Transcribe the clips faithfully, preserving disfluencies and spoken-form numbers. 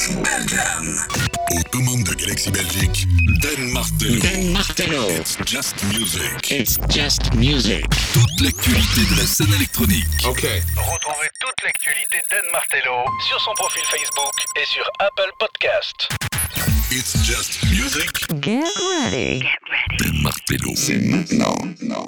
Aux commandes de Galaxy Belgique, Dan Martello. Dan Martello. It's just music. It's just music. Toute l'actualité de la scène électronique. Ok. Retrouvez toute l'actualité d'Dan Martello sur son profil Facebook et sur Apple Podcast. It's just music. Get ready. Get ready. Dan Martello. C'est maintenant. Non.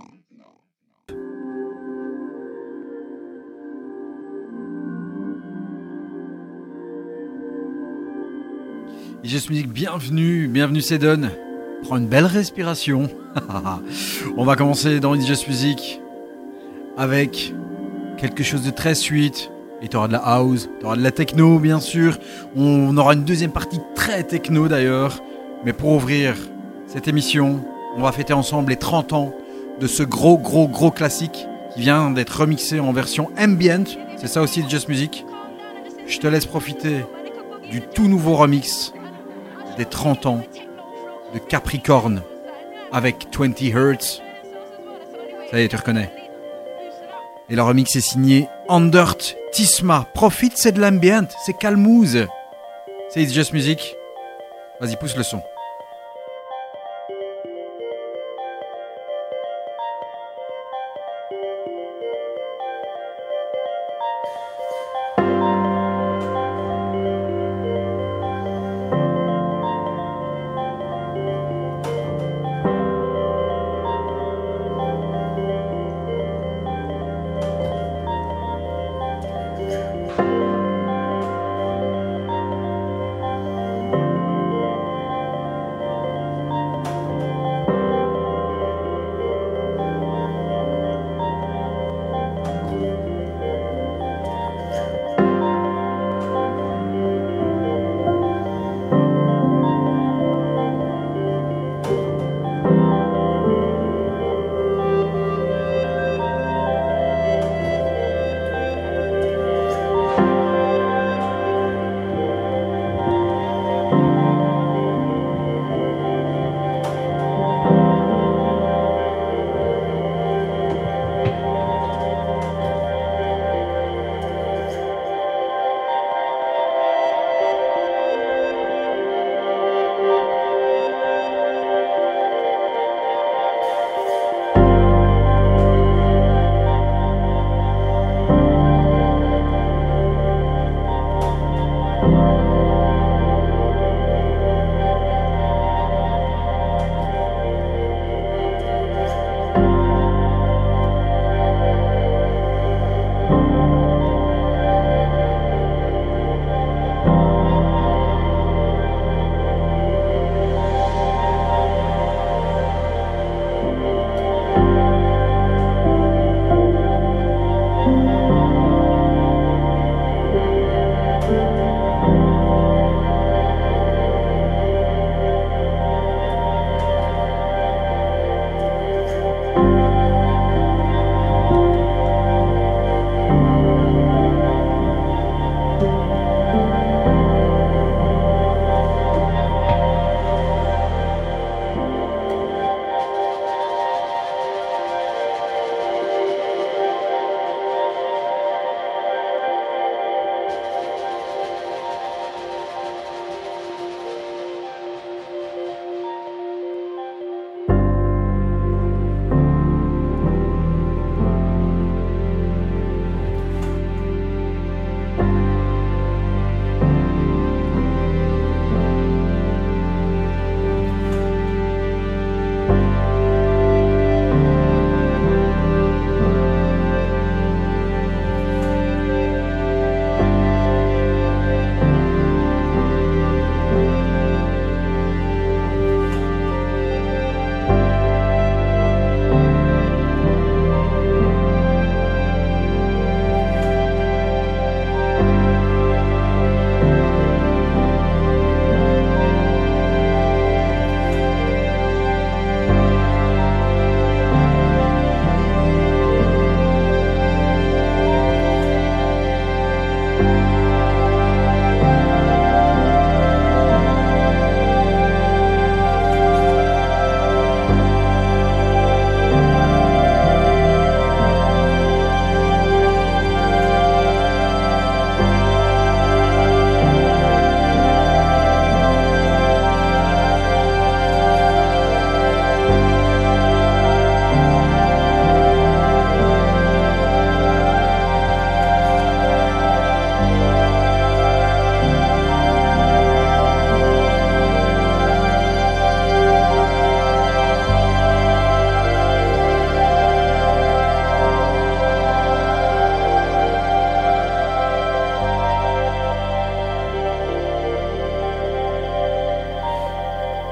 Just Music, bienvenue, bienvenue c'est Don. Prends une belle respiration. On va commencer dans Just Music avec quelque chose de très sweet. Et tu auras de la house, tu auras de la techno bien sûr. On aura une deuxième partie très techno d'ailleurs. Mais pour ouvrir cette émission, on va fêter ensemble les trente ans de ce gros gros gros classique qui vient d'être remixé en version ambient. C'est ça aussi Just Music. Je te laisse profiter du tout nouveau remix des trente ans de Capricorn avec vingt Hertz. Ça y est, tu reconnais. Et le remix est signé Andert Tisma. Profite, c'est de l'ambient, c'est calmouze. C'est It's Just Music. Vas-y, pousse le son.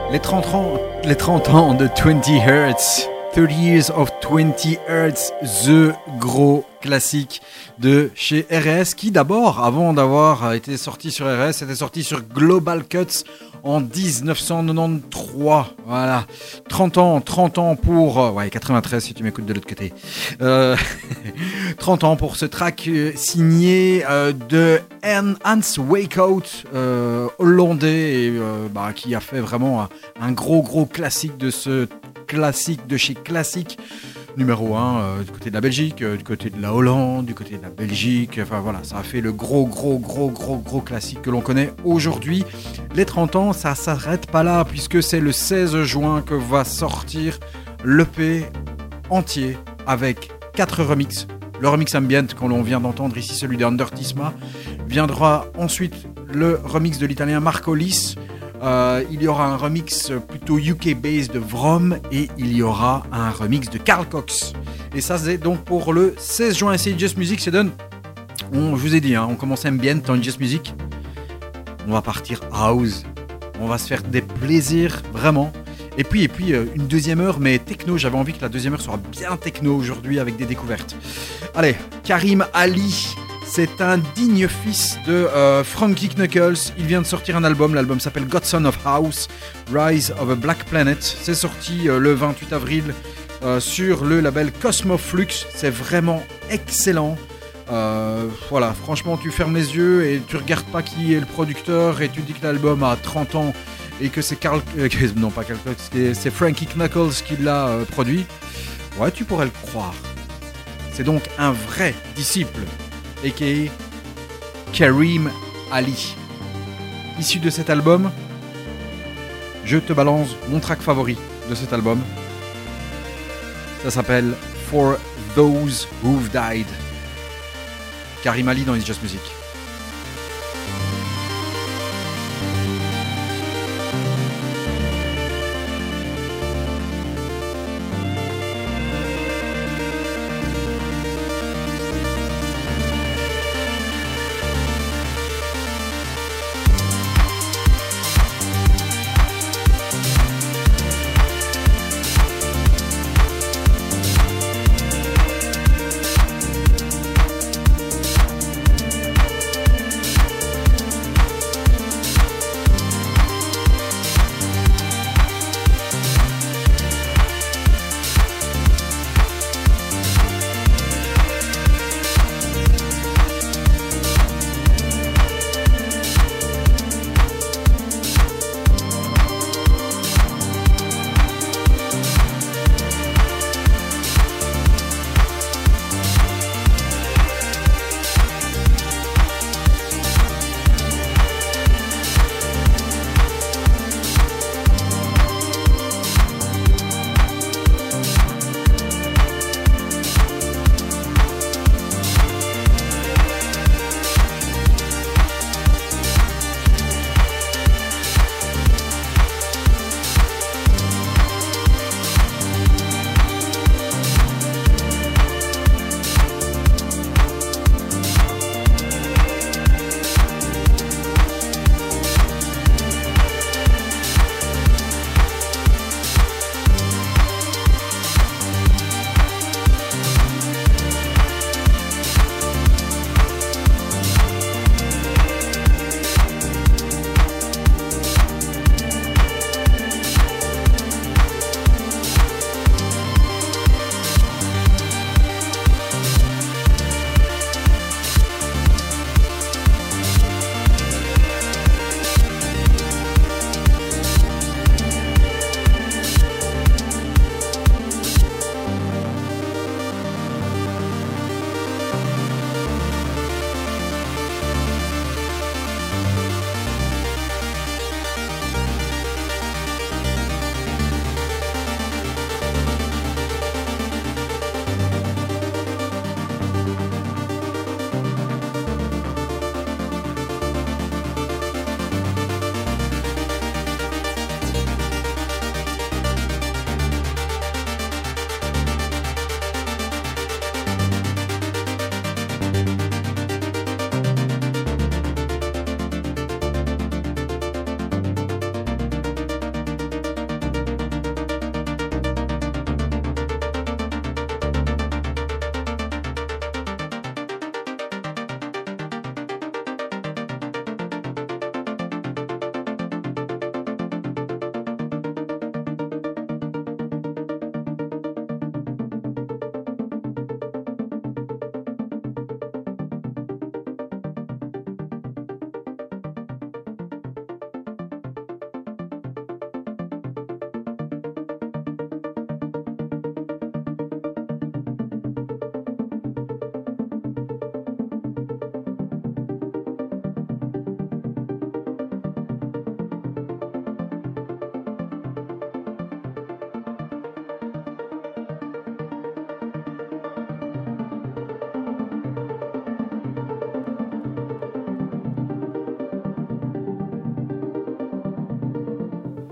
Les trente ans, les trente ans de vingt Hertz. thirty Years of twenty Hertz, the gros classique de chez R S, qui d'abord, avant d'avoir été sorti sur R S, était sorti sur Global Cuts en dix-neuf cent quatre-vingt-treize. Voilà, trente ans, trente ans pour... Ouais, quatre-vingt-treize si tu m'écoutes de l'autre côté. Euh, trente ans pour ce track euh, signé euh, de Hans Wakehout, euh, hollandais, et, euh, bah, qui a fait vraiment un, un gros gros classique de ce classique de chez Classique. Numéro un euh, du côté de la Belgique, euh, du côté de la Hollande, du côté de la Belgique, enfin voilà, ça a fait le gros gros gros gros gros classique que l'on connaît aujourd'hui. Les trente ans, ça s'arrête pas là, puisque c'est le seize juin que va sortir l'E P entier avec quatre remixes. Le remix ambient qu'on vient d'entendre ici, celui de Undertisma, viendra ensuite le remix de l'italien Marco Lis. Euh, il y aura un remix plutôt U K-based de Vroom et il y aura un remix de Carl Cox. Et ça, c'est donc pour le seize juin. C'est Just Music, c'est donne. On, je vous ai dit, hein, on commence ambient dans Just Music. On va partir house. On va se faire des plaisirs, vraiment. Et puis, et puis euh, une deuxième heure, mais techno. J'avais envie que la deuxième heure soit bien techno aujourd'hui avec des découvertes. Allez, Karim Ali. C'est un digne fils de euh, Frankie Knuckles. Il vient de sortir un album. L'album s'appelle Godson of House, Rise of a Black Planet. C'est sorti euh, le vingt-huit avril euh, sur le label Cosmoflux. C'est vraiment excellent. Euh, voilà, franchement, tu fermes les yeux et tu regardes pas qui est le producteur et tu dis que l'album a trente ans et que c'est Carl, euh, non pas Carl Cox, c'est Frankie Knuckles qui l'a euh, produit. Ouais, tu pourrais le croire. C'est donc un vrai disciple, a k a. Karim Ali. Issu de cet album, je te balance mon track favori de cet album. Ça s'appelle For Those Who've Died. Karim Ali dans It's Just Music.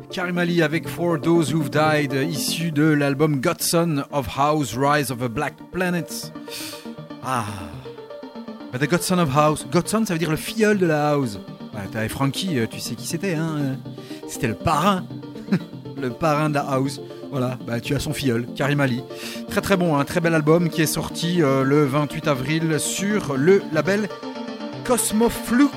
Karimali avec For Those Who've Died, issu de l'album Godson of House, Rise of a Black Planet. Ah, bah, The Godson of House. Godson, ça veut dire le filleul de la house. Bah, t'avais Frankie, tu sais qui c'était, hein? C'était le parrain, le parrain de la house. Voilà, bah, tu as son filleul, Karimali. Très très bon, un hein, très bel album qui est sorti euh, le vingt-huit avril sur le label Cosmoflux.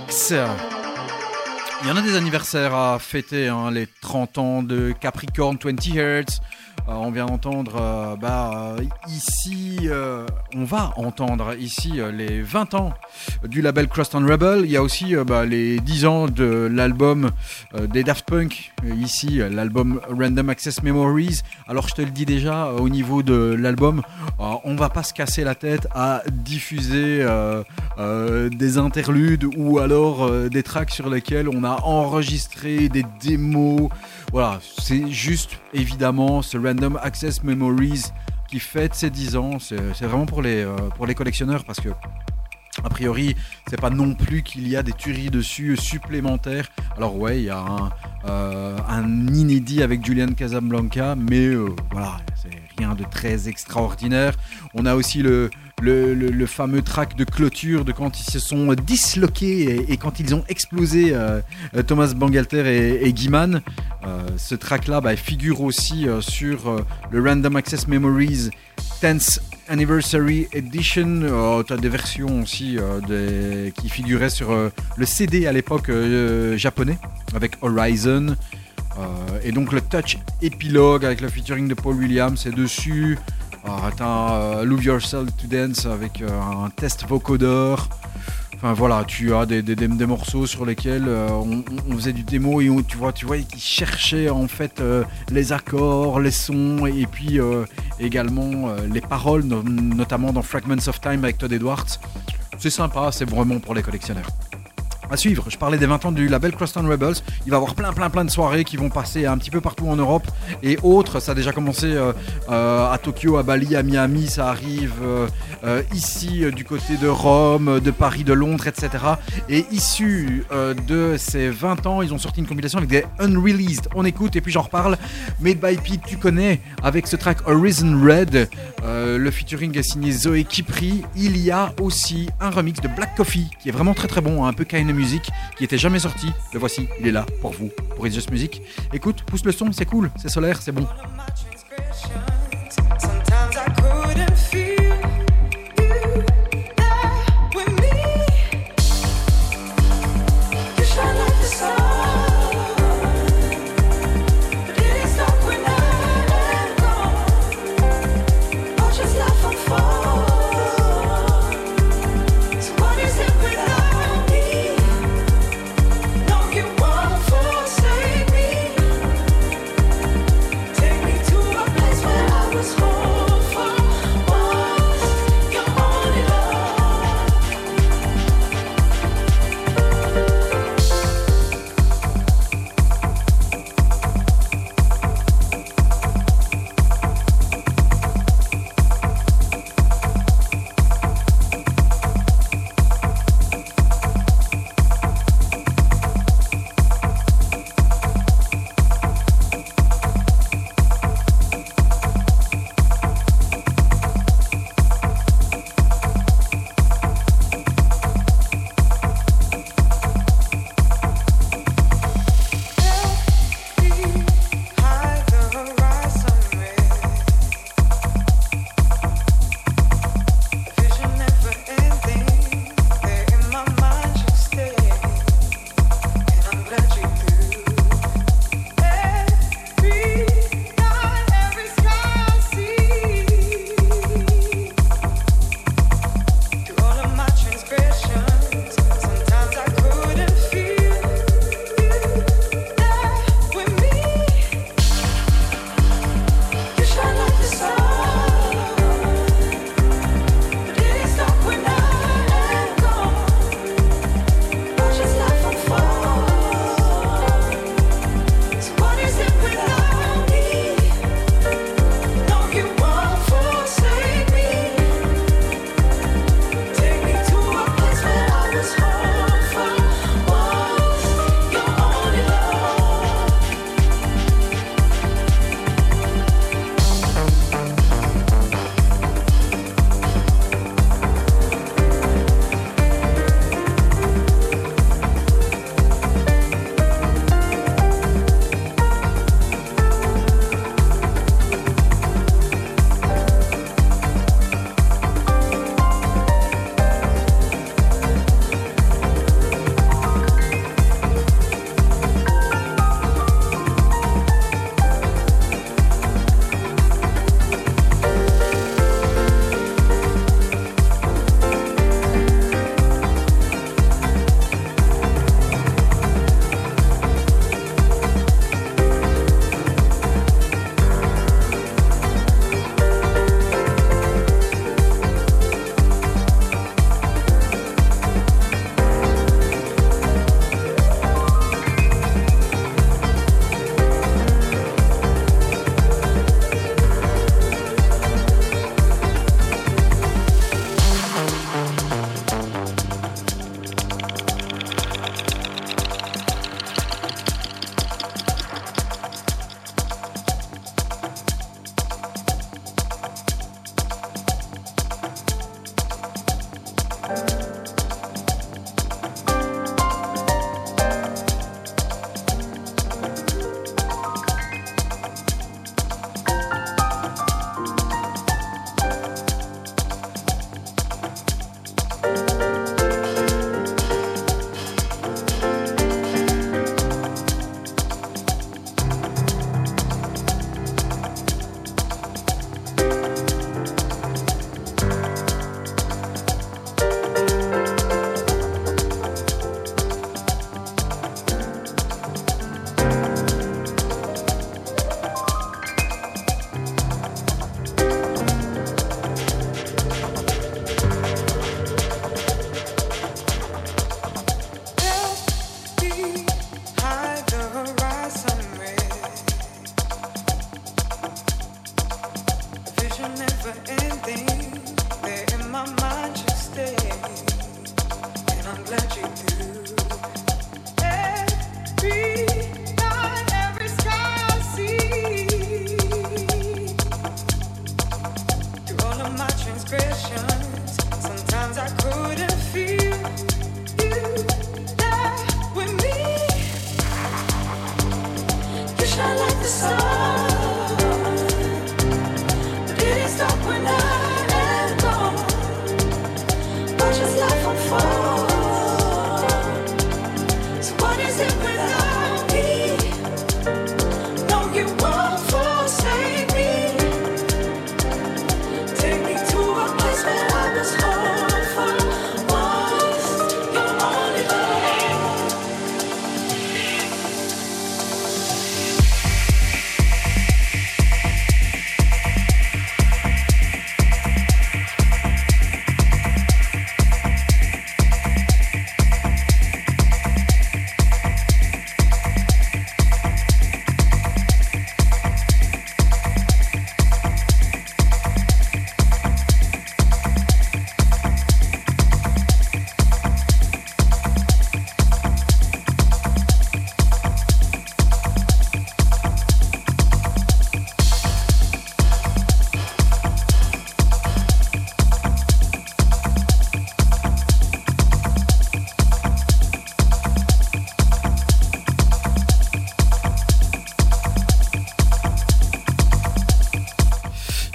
Il y en a des anniversaires à fêter, hein, les trente ans de Capricorn vingt Hertz. Euh, on vient d'entendre euh, bah, euh, ici, euh, on va entendre ici euh, les vingt ans du label Crosstown Rebel. Il y a aussi euh, bah, les dix ans de l'album euh, des Daft Punk. Ici, euh, l'album Random Access Memories. Alors je te le dis déjà, euh, au niveau de l'album, euh, on va pas se casser la tête à diffuser euh, euh, des interludes ou alors euh, des tracks sur lesquels on a enregistré des démos. Voilà, c'est juste évidemment ce Random Access Memories qui fête ses dix ans. C'est, c'est vraiment pour les, euh, pour les collectionneurs parce que a priori, c'est pas non plus qu'il y a des tueries dessus supplémentaires. Alors ouais, il y a un, euh, un inédit avec Julian Casablanca, mais euh, voilà, c'est rien de très extraordinaire. On a aussi le, le, le, le fameux track de clôture de quand ils se sont disloqués et, et quand ils ont explosé euh, Thomas Bangalter et, et Guy-Man. Euh, ce track-là bah, figure aussi euh, sur euh, le Random Access Memories tenth Anniversary Edition. Euh, tu as des versions aussi euh, des, qui figuraient sur euh, le C D à l'époque euh, japonais avec Horizon. Euh, et donc le touch épilogue avec le featuring de Paul Williams est dessus. Euh, tu as euh, Love Yourself to Dance avec euh, un test vocodeur. Enfin voilà, tu as des, des, des, des morceaux sur lesquels euh, on, on faisait du démo et on, tu vois, tu vois, qu'ils cherchaient en fait euh, les accords, les sons et puis euh, également euh, les paroles, no- notamment dans Fragments of Time avec Todd Edwards. C'est sympa, c'est vraiment pour les collectionneurs. À suivre, je parlais des vingt ans du label Crosstown Rebels. Il va y avoir plein plein plein de soirées qui vont passer un petit peu partout en Europe et autres. Ça a déjà commencé euh, euh, à Tokyo, à Bali, à Miami. Ça arrive euh, euh, ici euh, du côté de Rome, de Paris, de Londres, et cetera. Et issu euh, de ces vingt ans, ils ont sorti une compilation avec des unreleased. On écoute et puis j'en reparle. Made by Pete, tu connais, avec ce track Horizon Red. Euh, le featuring est signé Zoé Kipri. Il y a aussi un remix de Black Coffee qui est vraiment très très bon, un peu kind of music, qui était jamais sorti. Le voici, il est là pour vous, pour It's Just Music. Écoute, pousse le son, c'est cool, c'est solaire, c'est bon. Take me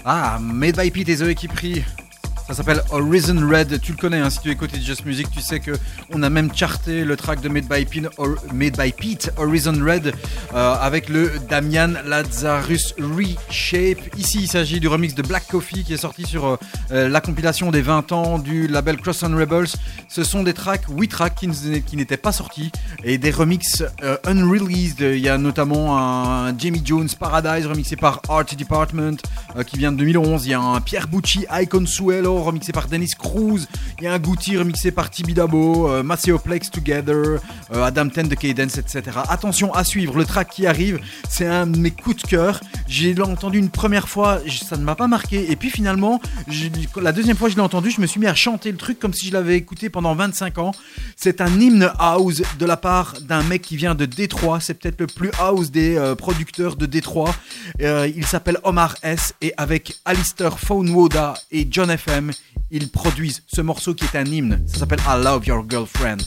Ah, Made by Pete et Zoé Kipri. Ça s'appelle Horizon Red. Tu le connais, hein, si tu écoutes Just Music, tu sais que on a même charté le track de Made by Pete, or, Made by Pete Horizon Red, euh, avec le Damian Lazarus Reshape. Ici, il s'agit du remix de Black Coffee qui est sorti sur euh, la compilation des vingt ans du label Cross on Rebels. Ce sont des tracks, huit tracks qui, qui n'étaient pas sortis et des remixes euh, unreleased. Il y a notamment un Jamie Jones Paradise remixé par Art Department euh, qui vient de deux mille onze. Il y a un Pierre Bucci Icon Suelo remixé par Dennis Cruz, il y a un Gucci remixé par Tibidabo, euh, Maceo Plex Together, euh, Adam Ten de Cadence, et cetera. Attention à suivre, le track qui arrive, c'est un de mes coups de cœur. J'ai entendu une première fois, ça ne m'a pas marqué, et puis finalement, la deuxième fois que je l'ai entendu, je me suis mis à chanter le truc comme si je l'avais écouté pendant vingt-cinq ans. C'est un hymne house de la part d'un mec qui vient de Détroit, c'est peut-être le plus house des euh, producteurs de Détroit. Euh, il s'appelle Omar S, et avec Alistair Faunwoda et John F M, ils produisent ce morceau qui est un hymne. Ça s'appelle I Love Your Girlfriend.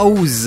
House.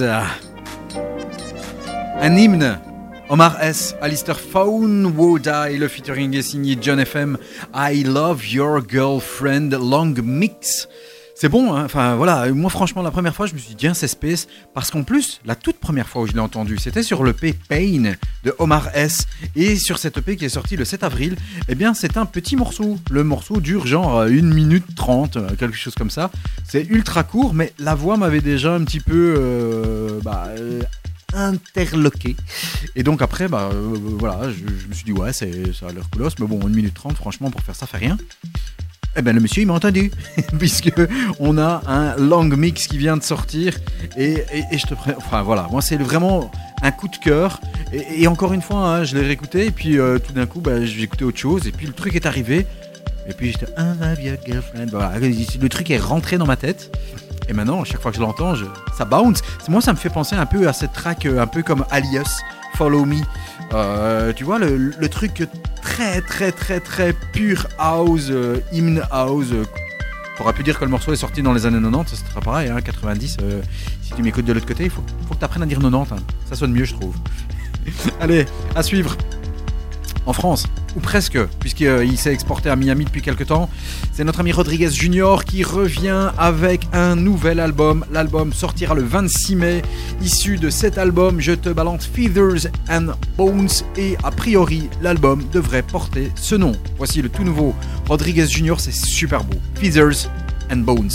Un hymne. Omar S, Alistair Phone, Wodai, le featuring est signé John F M. I Love Your Girlfriend, Long Mix. C'est bon, hein, enfin voilà, moi franchement la première fois je me suis dit tiens c'est space, parce qu'en plus la toute première fois où je l'ai entendu c'était sur l'E P Pain de Omar S, et sur cette E P qui est sortie le sept avril, eh bien c'est un petit morceau, le morceau dure genre une minute trente, quelque chose comme ça, c'est ultra court mais la voix m'avait déjà un petit peu euh, bah, euh, interloqué, et donc après bah euh, voilà je, je me suis dit ouais c'est, ça a l'air coolos, mais bon une minute trente franchement pour faire ça fait rien. Eh ben le monsieur il m'a entendu puisque on a un long mix qui vient de sortir et, et, et je te pré... enfin voilà moi c'est vraiment un coup de cœur et, et encore une fois hein, je l'ai réécouté et puis euh, tout d'un coup bah, j'ai écouté autre chose et puis le truc est arrivé et puis j'étais I love your girlfriend, voilà, le truc est rentré dans ma tête et maintenant à chaque fois que je l'entends je... ça bounce, moi ça me fait penser un peu à cette track un peu comme Alias Follow Me, euh, tu vois le, le truc très très très très pur house, euh, hymne house. Euh, T'aurais pu dire que le morceau est sorti dans les années quatre-vingt-dix, c'est très pareil, hein, quatre-vingt-dix. Euh, si tu m'écoutes de l'autre côté, il faut, faut que tu apprennes à dire quatre-vingt-dix, hein. Ça sonne mieux, je trouve. Allez, à suivre. En France, ou presque, puisqu'il euh, s'est exporté à Miami depuis quelques temps. C'est notre ami Rodriguez Junior qui revient avec un nouvel album. L'album sortira le vingt-six mai. Issu de cet album, je te balance Feathers and Bones et a priori, l'album devrait porter ce nom. Voici le tout nouveau Rodriguez Junior, c'est super beau. Feathers and Bones.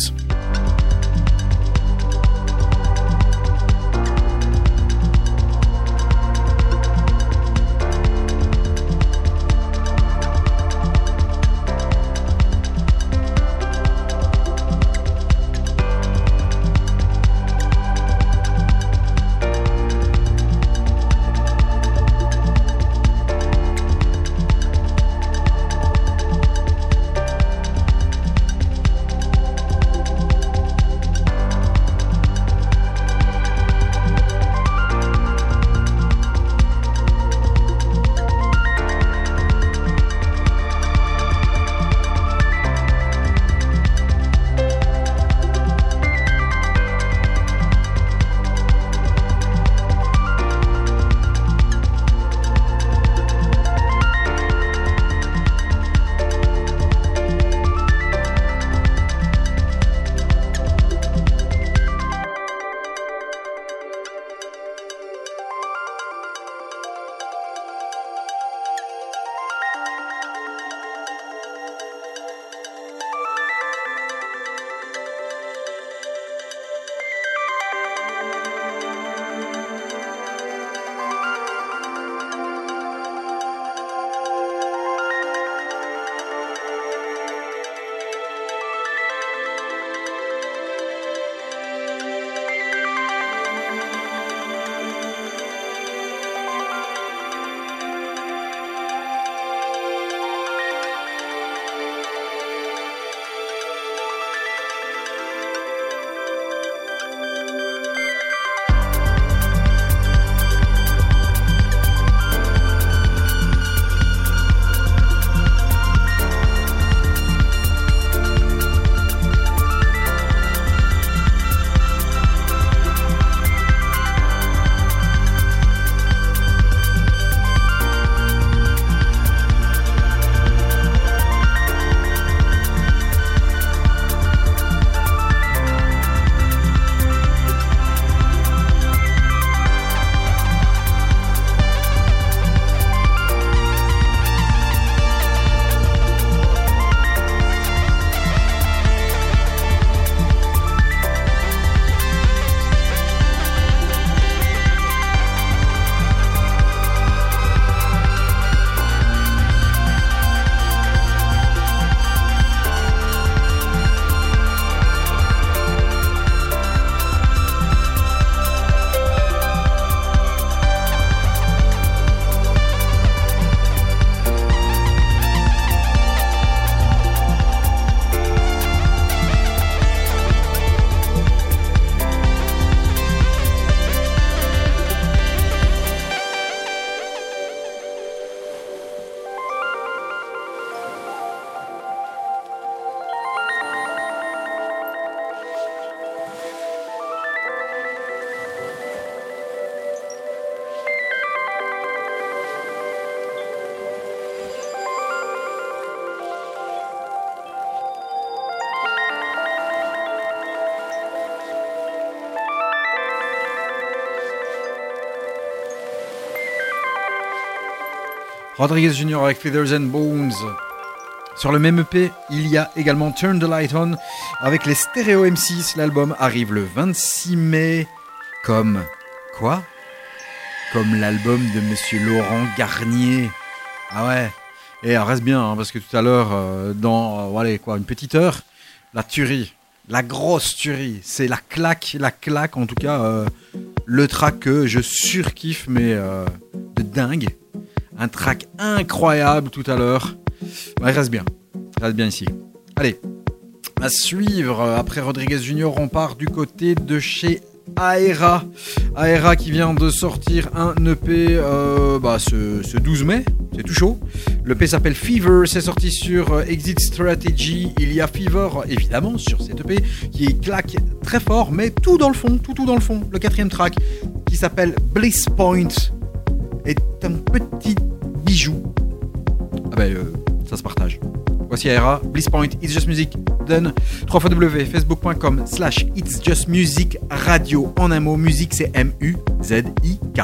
Rodriguez junior avec Feathers and Bones. Sur le même E P, il y a également Turn the Light On avec les Stereo M six. L'album arrive le vingt-six mai. Comme quoi ? Comme l'album de Monsieur Laurent Garnier. Ah ouais. Et reste bien, hein, parce que tout à l'heure, euh, dans euh, voilà, quoi, une petite heure, la tuerie, la grosse tuerie, c'est la claque, la claque, en tout cas, euh, le track que je surkiffe, mais euh, de dingue. Un track incroyable tout à l'heure. Ouais, reste bien, reste bien ici. Allez, à suivre, après Rodriguez junior, on part du côté de chez Aera. Aera qui vient de sortir un E P euh, bah, ce, ce douze mai, c'est tout chaud. Le E P s'appelle Fever, c'est sorti sur Exit Strategy. Il y a Fever évidemment sur cet E P qui claque très fort, mais tout dans le fond, tout tout dans le fond. Le quatrième track qui s'appelle Bliss Point est un petit bijou. Ah ben euh, ça se partage. Voici Aera, Bliss Point, It's Just Music, done. w w w point facebook point com slash It's Just Music Radio. En un mot, musique c'est M U Z I K.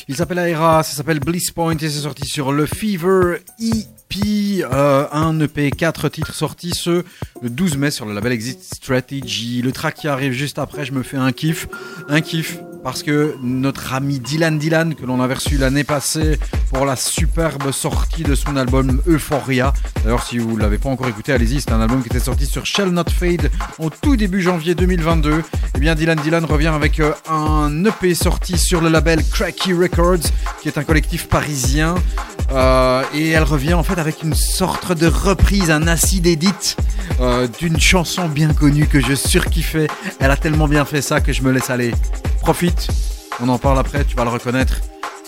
Il s'appelle Aera, ça s'appelle Bliss Point et c'est sorti sur le Fever E P, euh, un E P, quatre titres sortis ce le douze mai sur le label Exit Strategy. Le track qui arrive juste après, je me fais un kiff, un kiff parce que notre ami Dylan Dylan, que l'on avait reçu l'année passée pour la superbe sortie de son album Euphoria. D'ailleurs, si vous ne l'avez pas encore écouté, allez-y, c'est un album qui était sorti sur Shall Not Fade en tout début janvier deux mille vingt-deux. Et bien Dylan Dylan revient avec euh, un E P sorti sur le label Cracky Records, qui est un collectif parisien. Euh, et elle revient en fait avec une sorte de reprise, un acid edit euh, d'une chanson bien connue que je surkiffais. Elle a tellement bien fait ça que je me laisse aller. Profite, on en parle après, tu vas le reconnaître.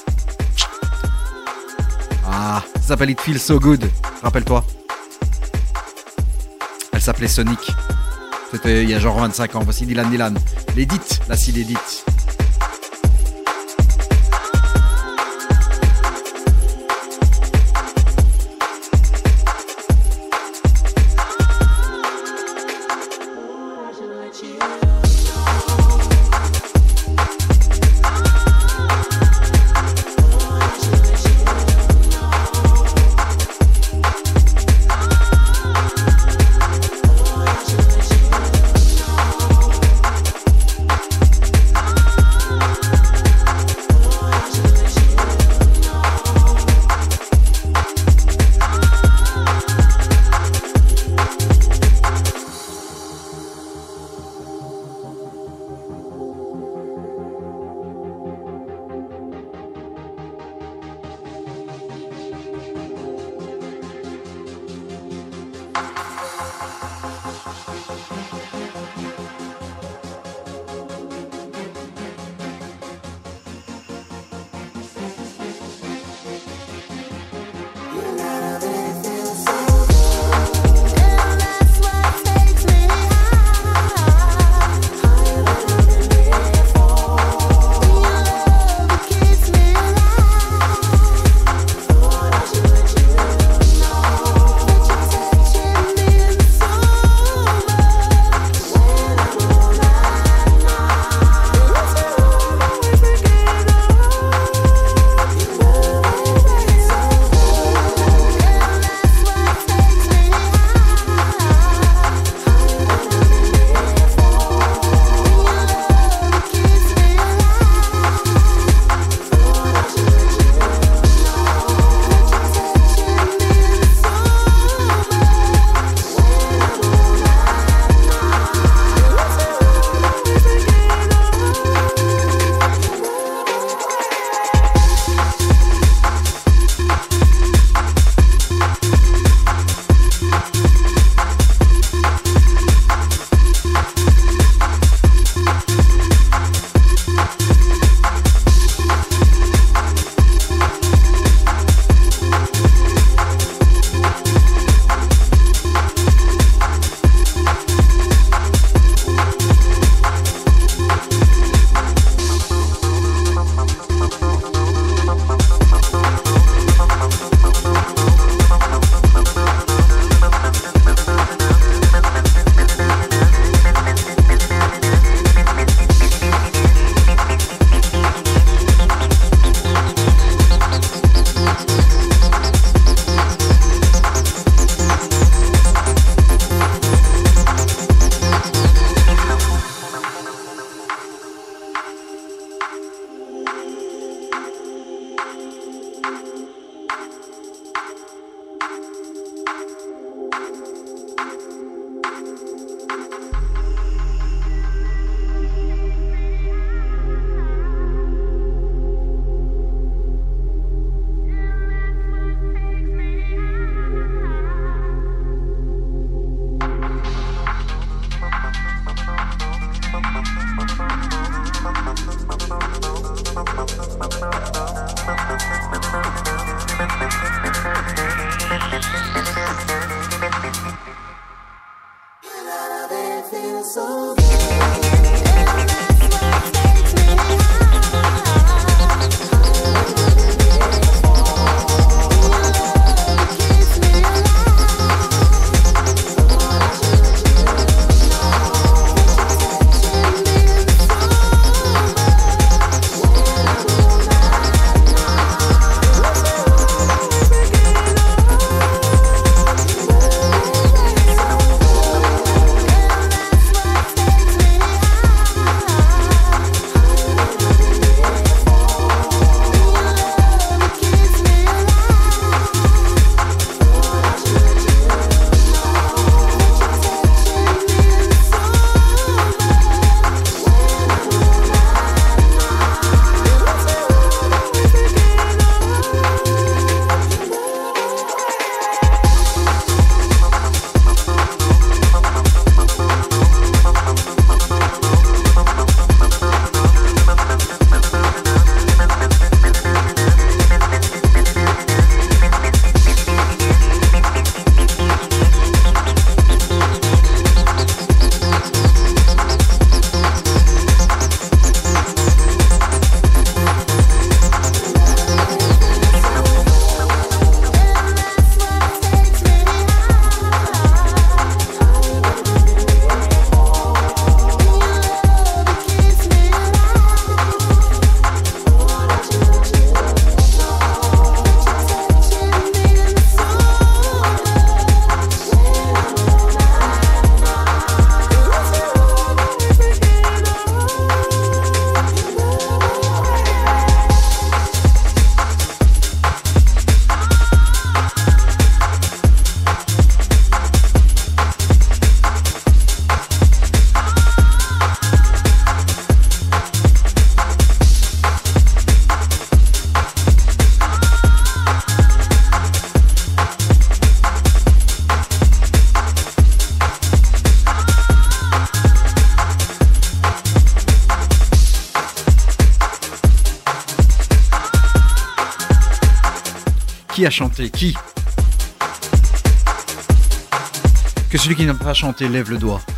Ah, ça s'appelle It Feels So Good, rappelle-toi. Elle s'appelait Sonic. C'était il y a genre vingt-cinq ans. Voici Dylan Dylan. L'edit, l'acid edit. Qui a chanté? Qui? Que celui qui n'a pas chanté lève le doigt.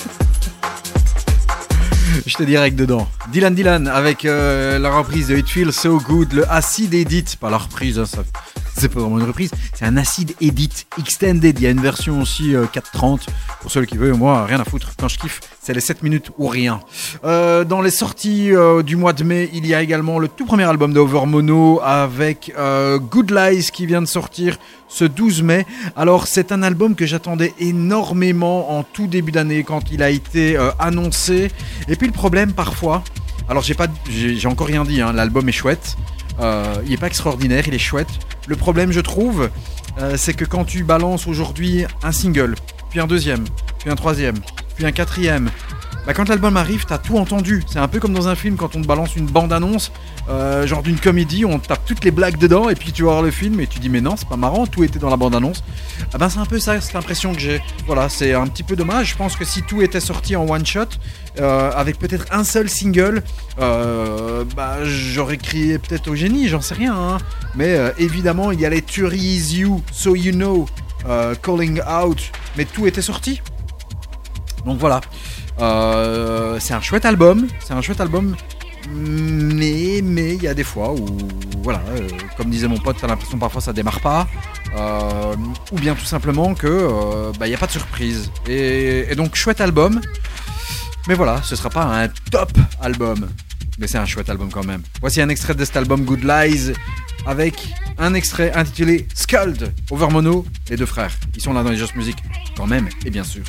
Je te direct dedans. Dylan Dylan avec euh, la reprise de It Feels So Good, le Acid Edit, pas la reprise, hein, ça, c'est pas vraiment une reprise, c'est un Acid Edit Extended. Il y a une version aussi euh, quatre trente pour ceux qui veulent. Moi, rien à foutre. Quand je kiffe, c'est les sept minutes ou rien. Euh, dans les sorties euh, du mois de mai, il y a également le tout premier album de Overmono avec euh, Good Lies qui vient de sortir ce douze mai. Alors, c'est un album que j'attendais énormément en tout début d'année quand il a été euh, annoncé. Et puis le problème parfois, alors j'ai pas, j'ai, j'ai encore rien dit, hein, l'album est chouette. Euh, il est pas extraordinaire, il est chouette. Le problème, je trouve, euh, c'est que quand tu balances aujourd'hui un single, puis un deuxième, puis un troisième, puis un quatrième, bah quand l'album arrive, t'as tout entendu. C'est un peu comme dans un film quand on te balance une bande-annonce, euh, genre d'une comédie, on tape toutes les blagues dedans, et puis tu vas voir le film et tu dis mais non, c'est pas marrant, tout était dans la bande-annonce. Ah ben c'est un peu ça, cette impression que j'ai. Voilà, c'est un petit peu dommage. Je pense que si tout était sorti en one shot, euh, avec peut-être un seul single, euh, bah j'aurais crié peut-être au génie, j'en sais rien. Hein. Mais euh, évidemment, il y a les Theory Is You, So You Know, euh, Calling Out, mais tout était sorti. Donc voilà. Euh, c'est un chouette album, c'est un chouette album, mais mais il y a des fois où voilà, euh, comme disait mon pote, t'as l'impression parfois ça démarre pas, euh, ou bien tout simplement que euh, bah il y a pas de surprise. Et, et donc chouette album, mais voilà, ce sera pas un top album, mais c'est un chouette album quand même. Voici un extrait de cet album Good Lies avec un extrait intitulé Scald. Overmono, les deux frères, ils sont là dans les Just Music quand même, et bien sûr.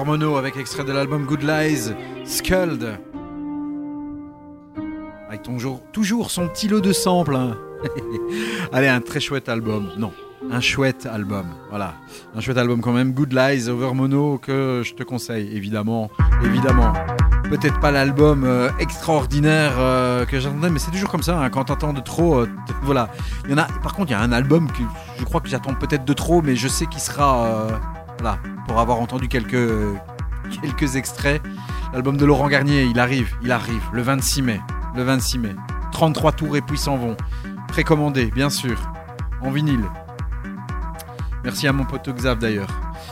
Over Mono avec extrait de l'album Good Lies, Sculled. Avec toujours, toujours son petit lot de samples. Hein. Allez, un très chouette album. Non, un chouette album. Voilà, un chouette album quand même. Good Lies, Over Mono, que je te conseille, évidemment. Évidemment. Peut-être pas l'album euh, extraordinaire euh, que j'attendais, mais c'est toujours comme ça, hein, quand t'entends de trop, euh, t- voilà. Il y en a, par contre, il y a un album que je crois que j'attends peut-être de trop, mais je sais qu'il sera, euh, voilà, pour avoir entendu quelques, euh, quelques extraits. L'album de Laurent Garnier, il arrive, il arrive, le vingt-six mai, le vingt-six mai. trente-trois tours et puis s'en vont. Précommandé, bien sûr, en vinyle. Merci à mon pote Xav d'ailleurs.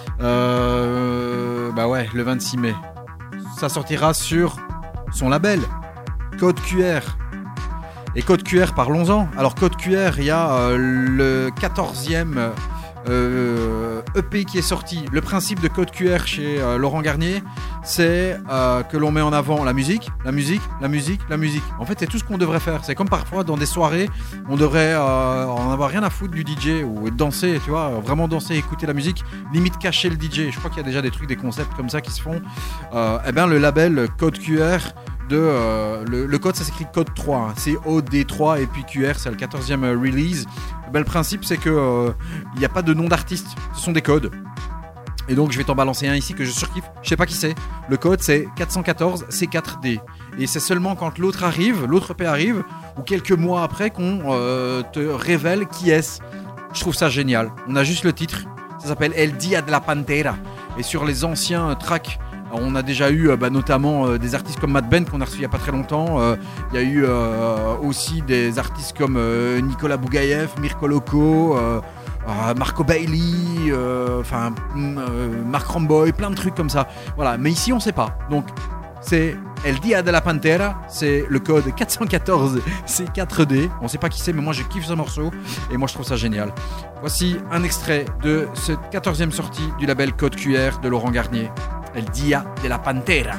Euh, bah ouais, le vingt-six mai. Ça sortira sur son label, Code Q R. Et Code Q R, parlons-en. Alors Code Q R, il y a euh, le quatorzième euh, E P qui est sorti. Le principe de Code Q R chez euh, Laurent Garnier, c'est euh, que l'on met en avant la musique, la musique, la musique, la musique. En fait, c'est tout ce qu'on devrait faire. C'est comme parfois dans des soirées, on devrait euh, en avoir rien à foutre du D J ou danser, tu vois, vraiment danser, écouter la musique, limite cacher le D J. Je crois qu'il y a déjà des trucs, des concepts comme ça qui se font. Euh, eh bien, le label Code Q R, de, euh, le, le code, ça s'écrit Code trois, hein. C'est O D trois et puis Q R, c'est le quatorzième release. Eh bien, le principe, c'est qu'il n'y euh, a pas de nom d'artiste, ce sont des codes. Et donc je vais t'en balancer un ici que je surkiffe, je sais pas qui c'est. Le code c'est quatre cent quatorze C quatre D. Et c'est seulement quand l'autre arrive, l'autre E P arrive, ou quelques mois après qu'on euh, te révèle qui est-ce. Je trouve ça génial. On a juste le titre, ça s'appelle El Dia de la Pantera. Et sur les anciens tracks, on a déjà eu bah, notamment euh, des artistes comme Matt Ben qu'on a reçu il y a pas très longtemps. Il euh, y a eu euh, aussi des artistes comme euh, Nicolas Bougaïev, Mirko Loco, euh, Euh, Marco Bailey, enfin euh, euh, Mark Ramboy, plein de trucs comme ça. Voilà, mais ici on sait pas. Donc c'est El Dia de la Pantera, c'est le code quatre cent quatorze C quatre D. On sait pas qui c'est, mais moi je kiffe ce morceau et moi je trouve ça génial. Voici un extrait de cette quatorzième sortie du label Code Q R de Laurent Garnier. El Dia de la Pantera.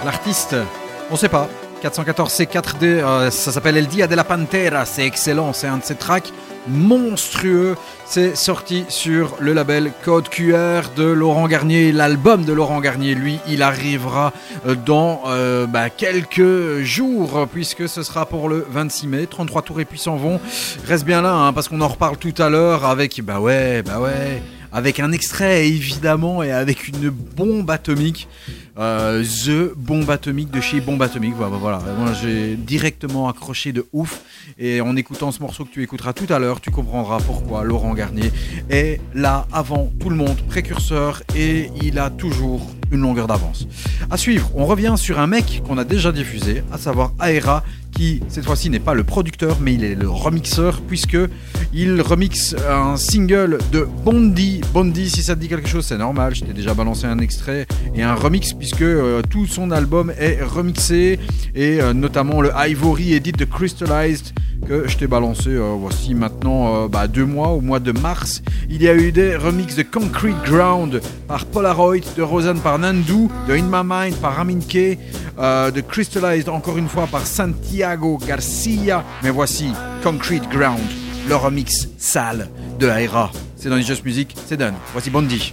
l'artiste, on sait pas. quatre cent quatorze C quatre D, euh, ça s'appelle El Dia de la Pantera, c'est excellent, c'est un de ces tracks monstrueux. C'est sorti sur le label Code Q R de Laurent Garnier. L'album de Laurent Garnier, lui, il arrivera dans euh, bah, quelques jours, puisque ce sera pour le vingt-six mai. trente-trois tours et puis s'en vont. Reste bien là, hein, parce qu'on en reparle tout à l'heure avec, bah ouais, bah ouais, avec un extrait évidemment et avec une bombe atomique. Euh, The Bombe Atomique de chez Bombe Atomique. Voilà, voilà. Moi, j'ai directement accroché de ouf. Et en écoutant ce morceau que tu écouteras tout à l'heure, tu comprendras pourquoi Laurent Garnier est là avant tout le monde, précurseur, et il a toujours une longueur d'avance. À suivre, on revient sur un mec qu'on a déjà diffusé, à savoir Aera, qui cette fois-ci n'est pas le producteur mais il est le remixeur, puisque il remixe un single de Bondi. Bondi, si ça te dit quelque chose, c'est normal, je t'ai déjà balancé un extrait et un remix, puisque euh, tout son album est remixé, et euh, notamment le Ivory Edit de Crystallized que je t'ai balancé euh, voici maintenant euh, bah, deux mois, au mois de mars. Il y a eu des remixes de Concrete Ground par Polaroid, de Rosanne par Nandu, de In My Mind par Amin K, euh, de Crystallized encore une fois par Santiago Garcia. Mais voici Concrete Ground, le remix sale de Aera. C'est dans les Just Music, c'est done. Voici Bondi.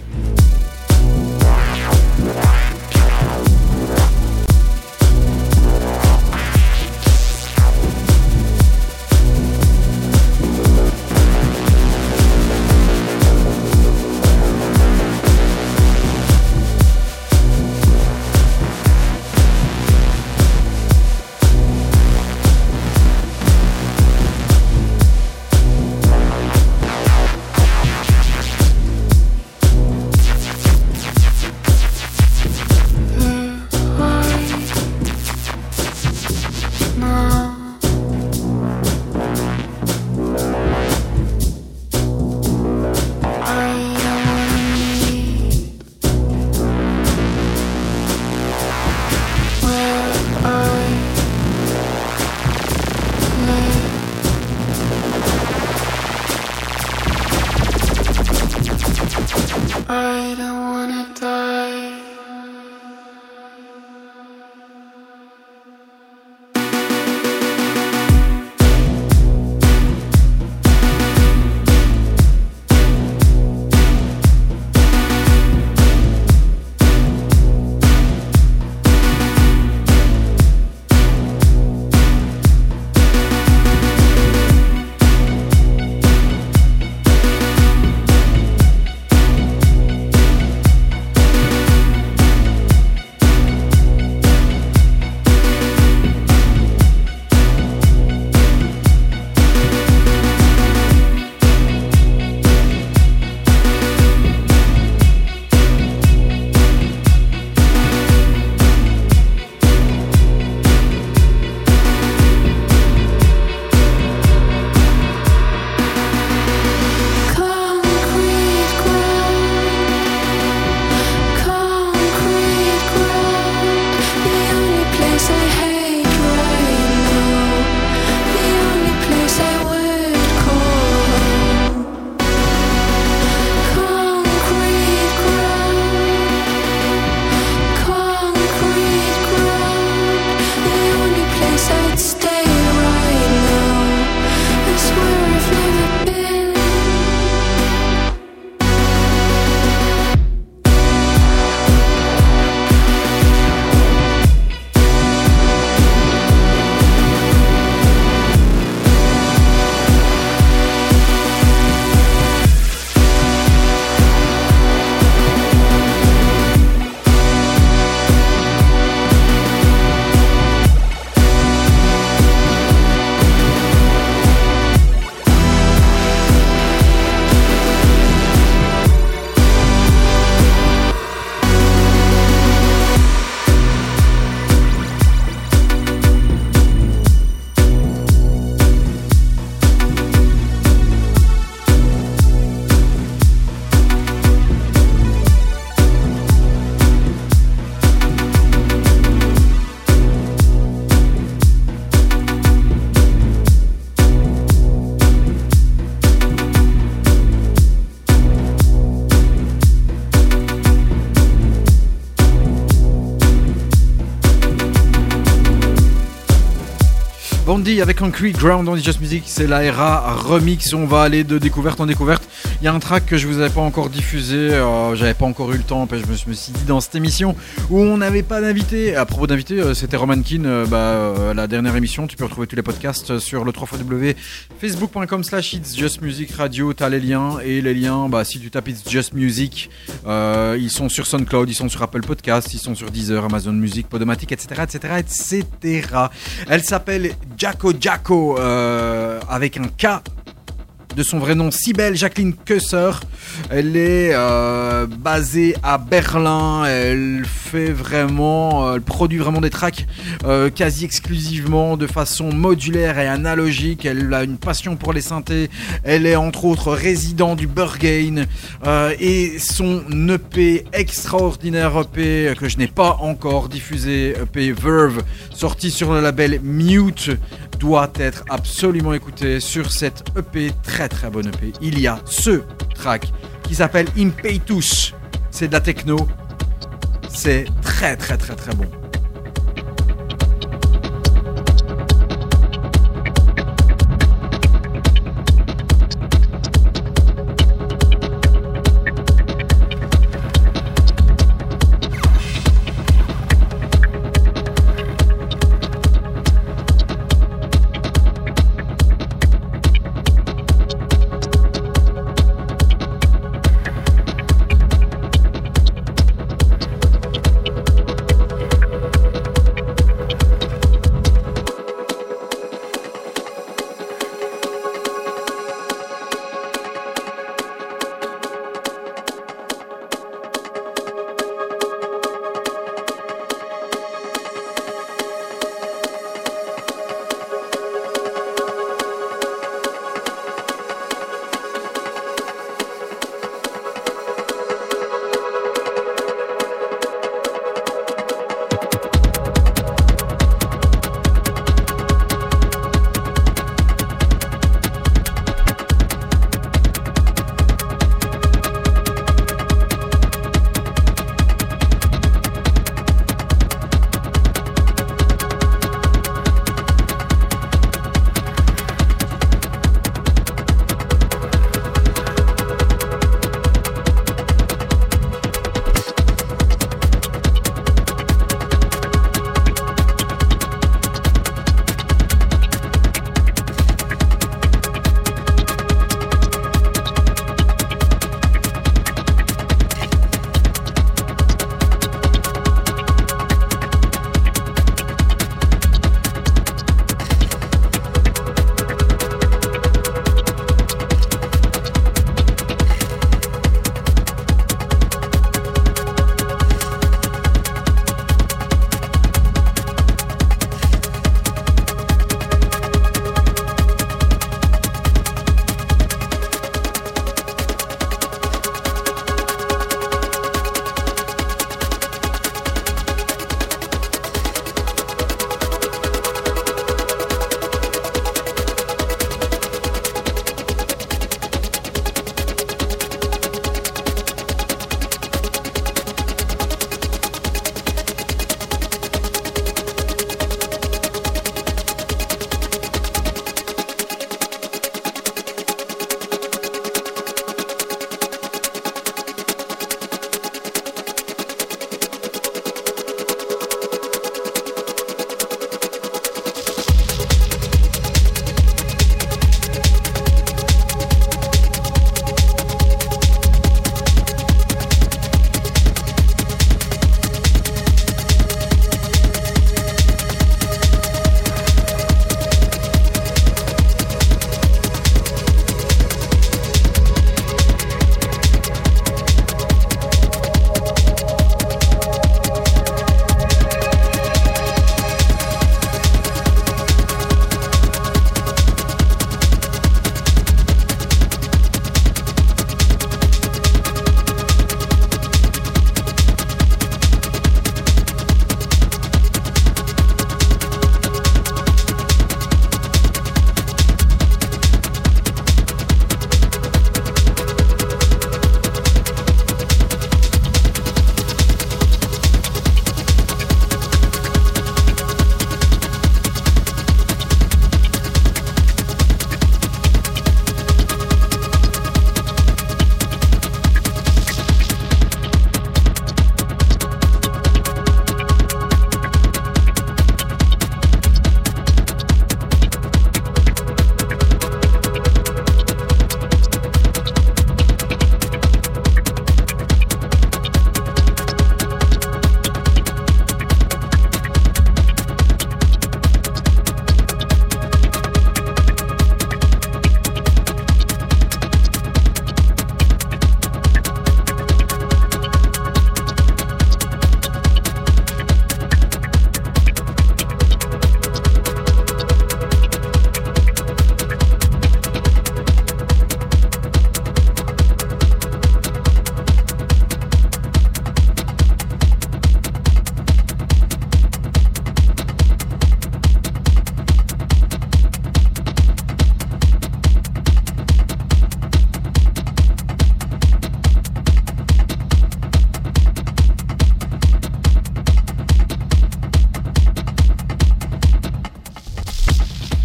Bandy avec Concrete Ground dans Just Music, c'est la R A remix. On va aller de découverte en découverte. Il y a un track que je vous avais pas encore diffusé, euh, j'avais pas encore eu le temps, je me, je me suis dit dans cette émission où on n'avait pas d'invité. À propos d'invité, euh, c'était Roman Keane, euh, bah, euh, la dernière émission. Tu peux retrouver tous les podcasts sur le w w w point facebook point com slash It's Just Music Radio. T'as les liens, et les liens, bah, si tu tapes It's Just Music, euh, ils sont sur SoundCloud, ils sont sur Apple Podcasts, ils sont sur Deezer, Amazon Music, Podomatic, et cetera, et cetera, et cetera. Elle s'appelle Jacko Jacko euh, avec un K. De son vrai nom, Cybèle Jacqueline Kösser. Elle est euh, basée à Berlin. Elle fait vraiment, euh, elle produit vraiment des tracks euh, quasi exclusivement de façon modulaire et analogique. Elle a une passion pour les synthés. Elle est entre autres résident du Burgain euh, et son E P, extraordinaire E P que je n'ai pas encore diffusé, E P Verve, sorti sur le label Mute, doit être absolument écouté. Sur cette E P, très très bonne E P, il y a ce track qui s'appelle Impetus. C'est de la techno, c'est très très très très bon.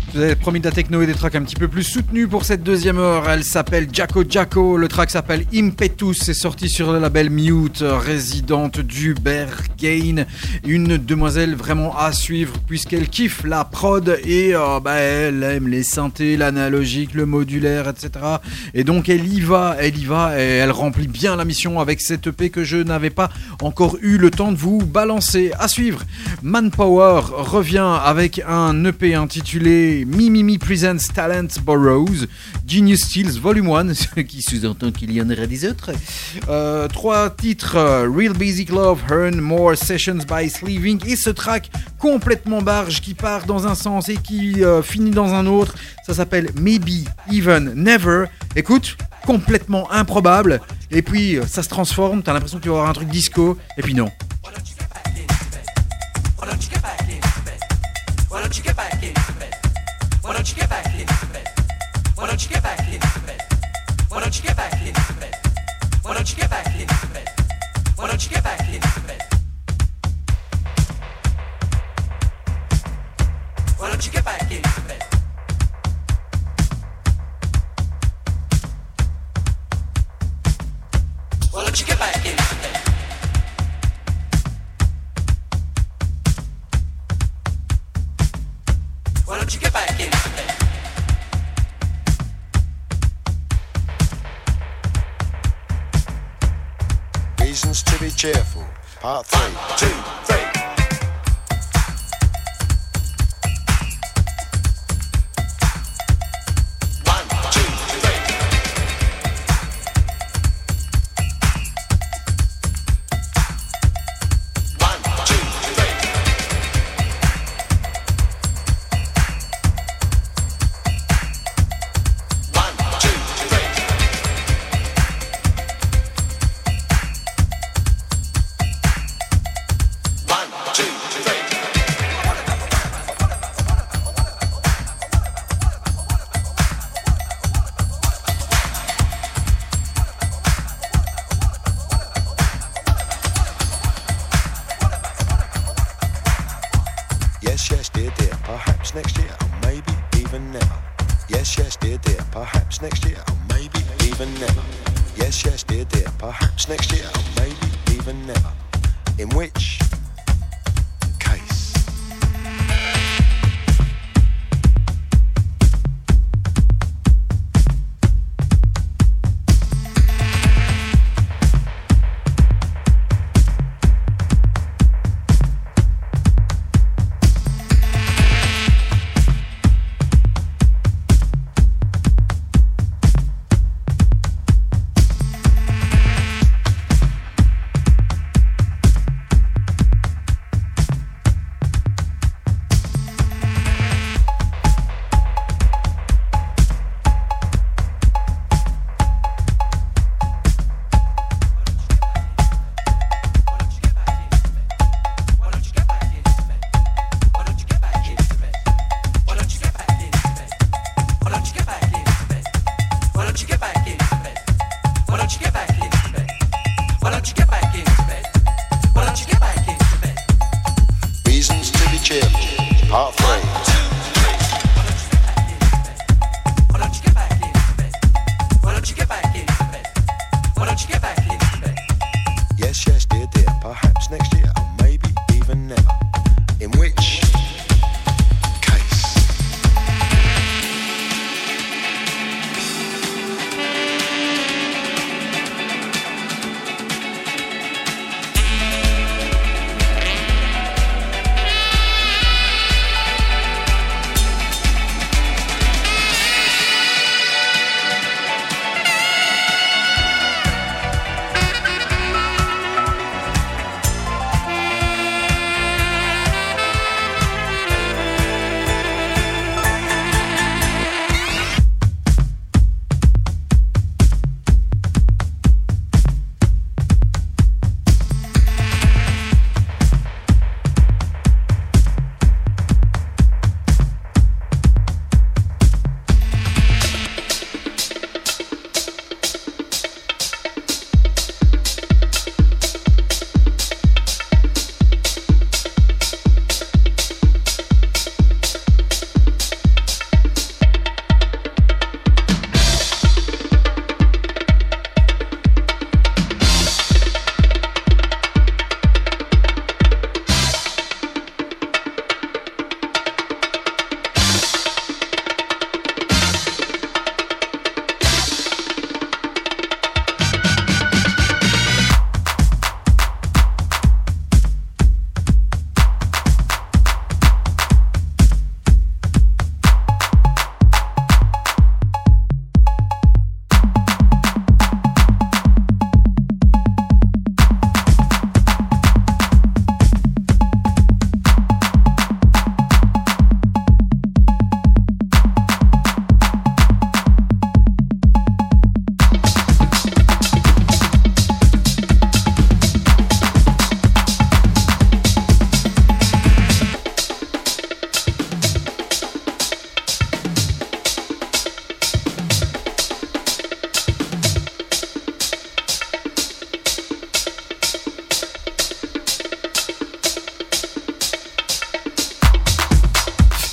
Je vous avais promis de la techno et des tracks un petit peu plus soutenus pour cette deuxième heure. Elle s'appelle Jacko Jacko. Le track s'appelle Impetus. C'est sorti sur le label Mute, résidente du Berghain. Une demoiselle vraiment à suivre puisqu'elle kiffe la prod et euh, bah, elle aime les synthés, l'analogique, le modulaire, et cetera. Et donc elle y va, elle y va et elle remplit bien la mission avec cette E P que je n'avais pas encore eu le temps de vous balancer. À suivre, Manpower revient avec un E P intitulé Mimimi Presents Talent Borrows, Genius Steals Volume un, ce qui sous-entend qu'il y en aura des autres. Euh, trois titres, Real Basic Love, Earn More, Sessions by Sleeving, et ce track complètement barge qui part dans un sens et qui euh, finit dans un autre. Ça s'appelle Maybe Even Never. Écoute, complètement improbable. Et puis ça se transforme, t'as l'impression qu'il va y avoir un truc disco, et puis non. Why don't you get back into bed? Why don't you get back into bed? Why don't you get back into bed? Why don't you get back into bed? Why don't you get back into bed? Why don't you get back into bed? Why don't you get back into bed? Why don't you get back into bed? Why don't you get back into bed? Why don't you get back into bed? Why don't you get back into bed? Reasons to be cheerful. Part three. One, two, three.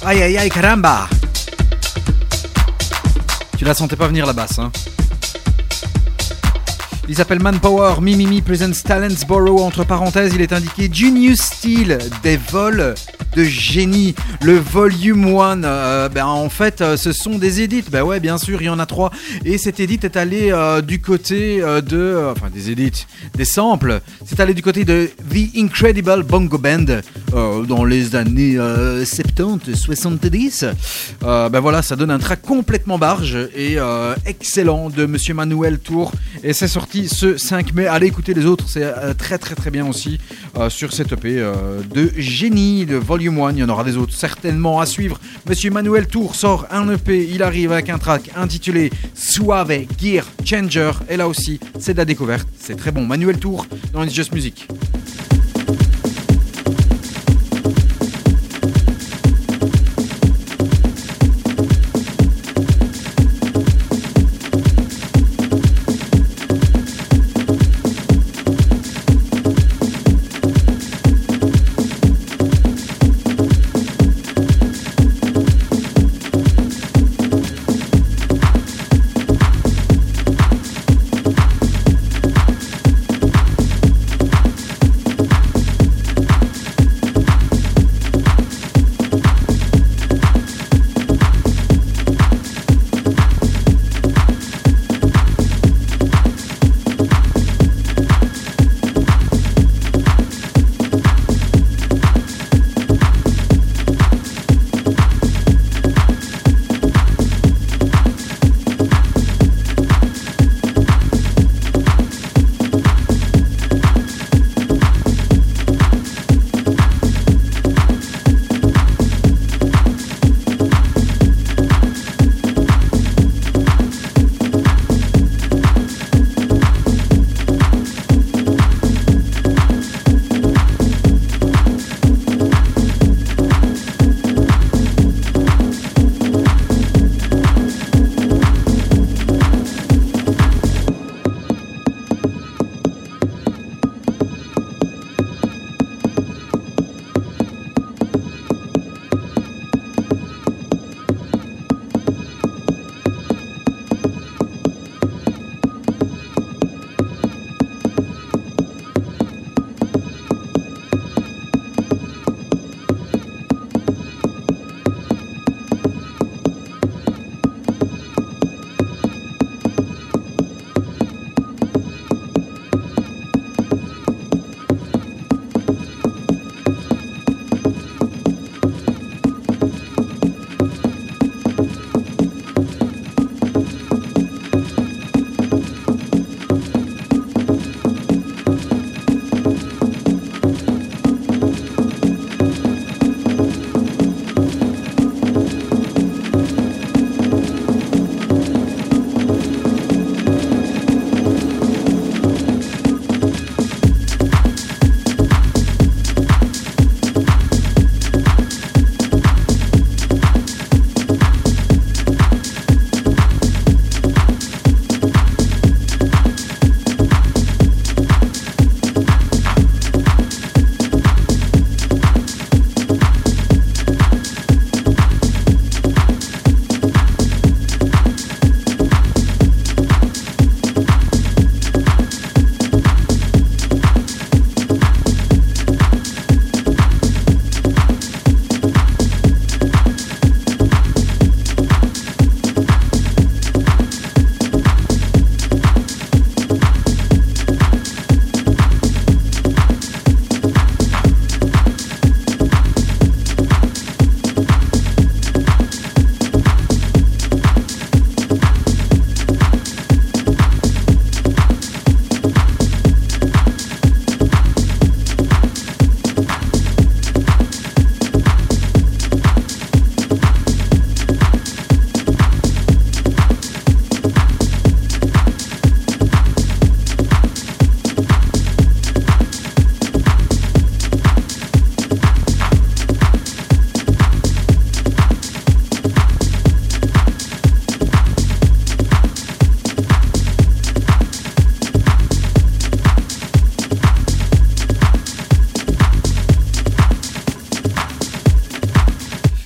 Aïe aïe aïe caramba. Tu la sentais pas venir la basse, hein. Il s'appelle Manpower, Mimimi Presents Talentsboro, entre parenthèses, il est indiqué Genius Steel, des vols de génie. Le volume un, euh, ben en fait, euh, ce sont des edits. Ben ouais, bien sûr, il y en a trois. Et cet edit est allé euh, du côté euh, de... Euh, enfin, des edits, des samples. C'est allé du côté de The Incredible Bongo Band euh, dans les années euh, soixante-dix, soixante-dix. Euh, ben voilà, ça donne un track complètement barge et euh, excellent de Monsieur Manuel Tour. Et c'est sorti ce cinq mai. Allez écouter les autres, c'est euh, très très très bien aussi euh, sur cette E P euh, de génie, de volume un. Il y en aura des autres certainement à suivre. Monsieur Manuel Tour sort un E P, il arrive avec un track intitulé Suave Gear Changer. Et là aussi, c'est de la découverte, c'est très bon. Manuel Tour dans It's Just Music.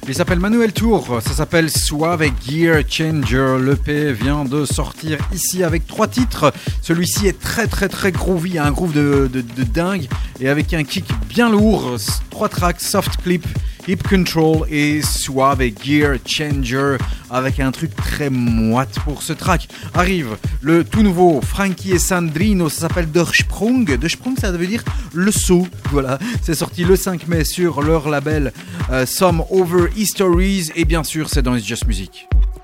Il s'appelle Manuel Tour, ça s'appelle Suave Gear Changer. L'E P vient de sortir ici avec trois titres. Celui-ci est très très très groovy, un groove de, de, de dingue et avec un kick bien lourd. Trois tracks, Soft Clip, Hip Control et Suave Gear Changer avec un truc très moite. Pour ce track arrive le tout nouveau Frankie et Sandrino, ça s'appelle Der Sprung. Der Sprung, ça veut dire le saut. Voilà, c'est sorti le cinq mai sur leur label euh, Some Over Histories et bien sûr c'est dans It's Just Music.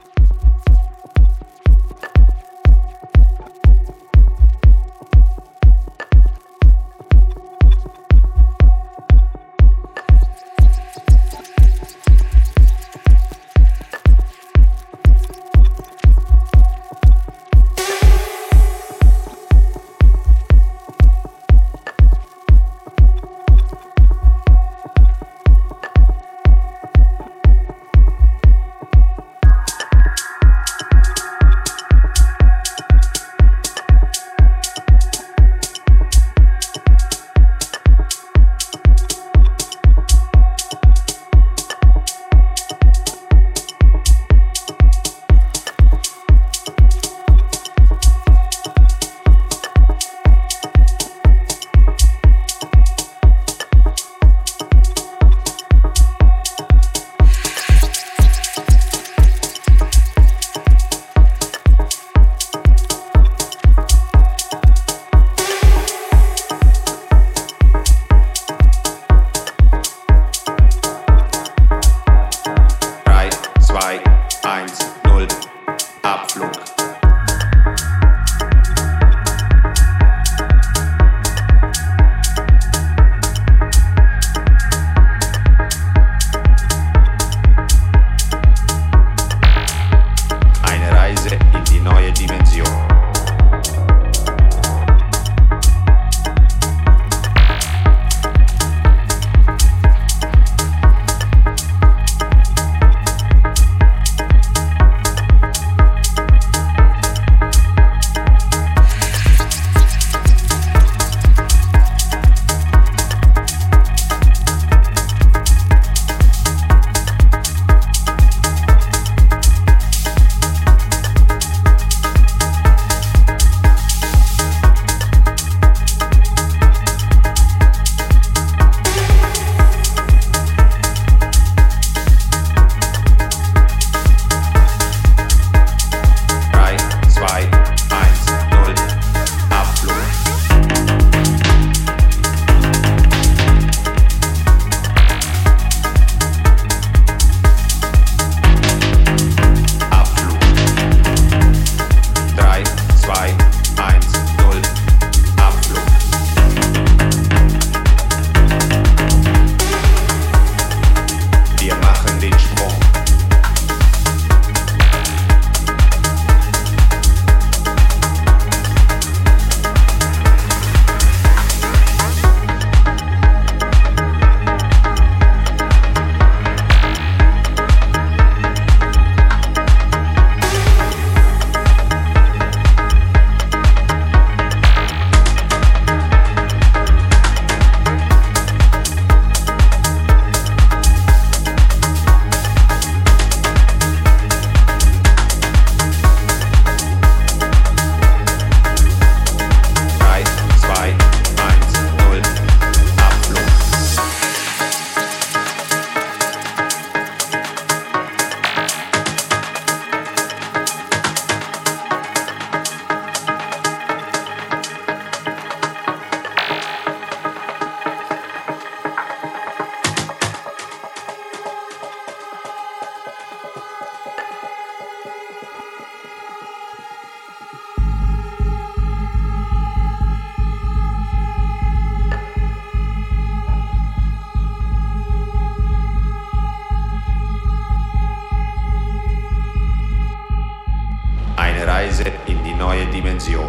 Dimension.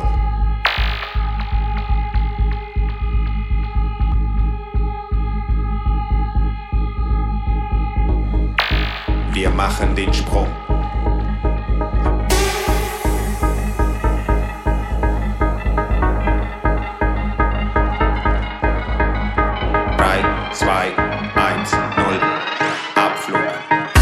Wir machen den Sprung. drei, zwei, eins, null, Abflug.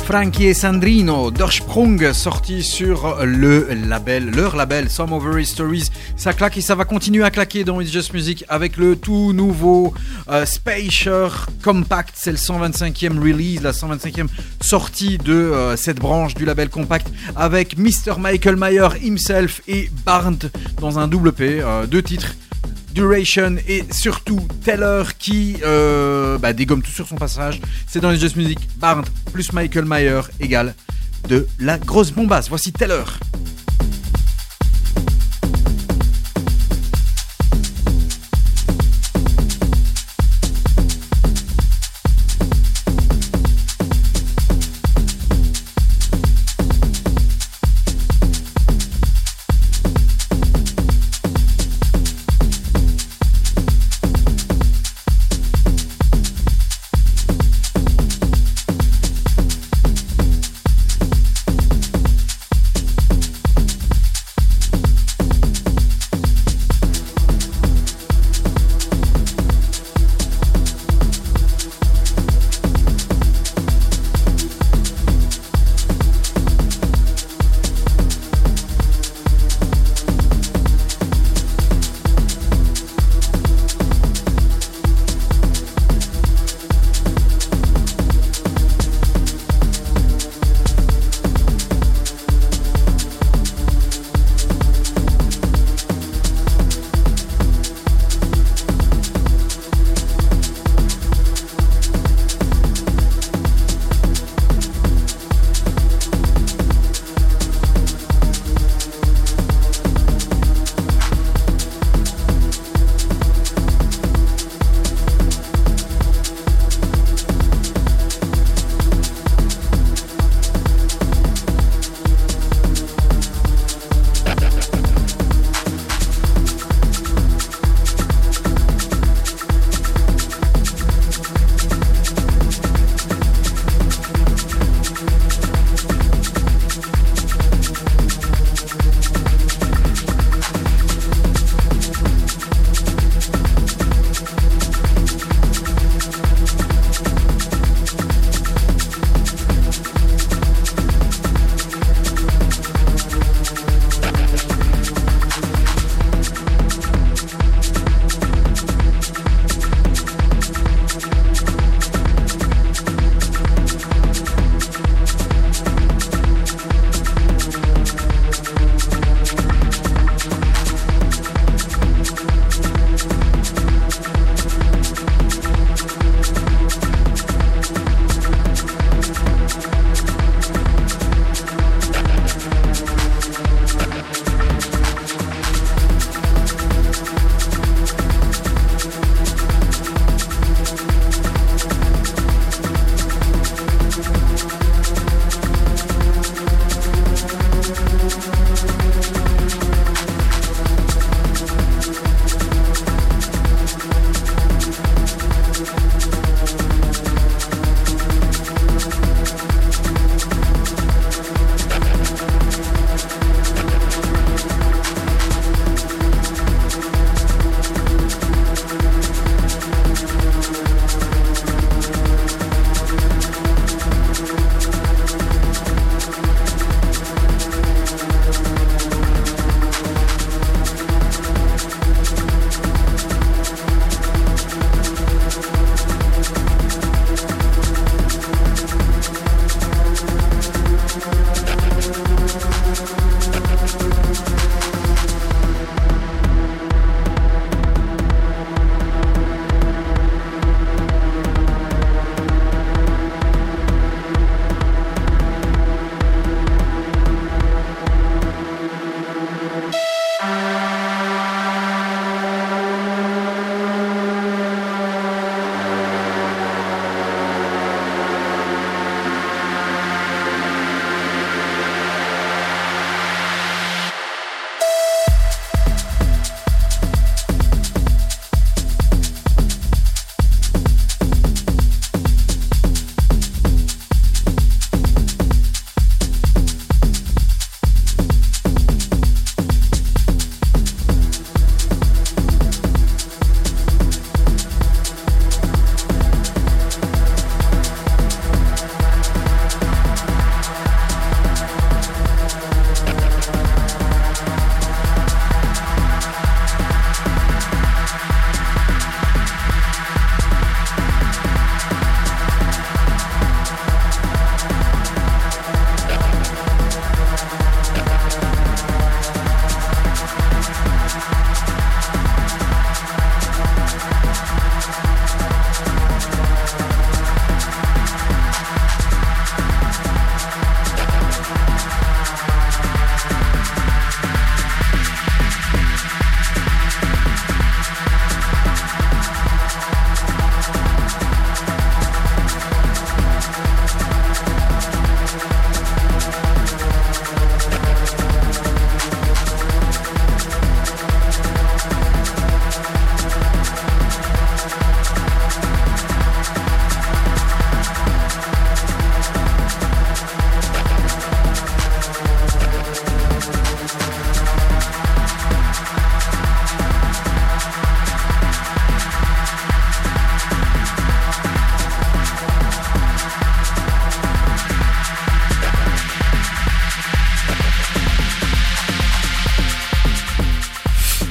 Frankie et Sandrino, Der Sprung, sorti sur le label, leur label Some Over Stories. Ça claque et ça va continuer à claquer dans It's Just Music avec le tout nouveau euh, Spacer Compact. C'est le cent vingt-cinquième release, la cent vingt-cinquième sortie de euh, cette branche du label Compact avec mister Michael Mayer himself et Barnt dans un double P, euh, deux titres. Duration et surtout Taylor qui euh, bah, dégomme tout sur son passage. C'est dans les Just Music. Barnt plus Michael Mayer égale de la grosse bombasse. Voici Taylor.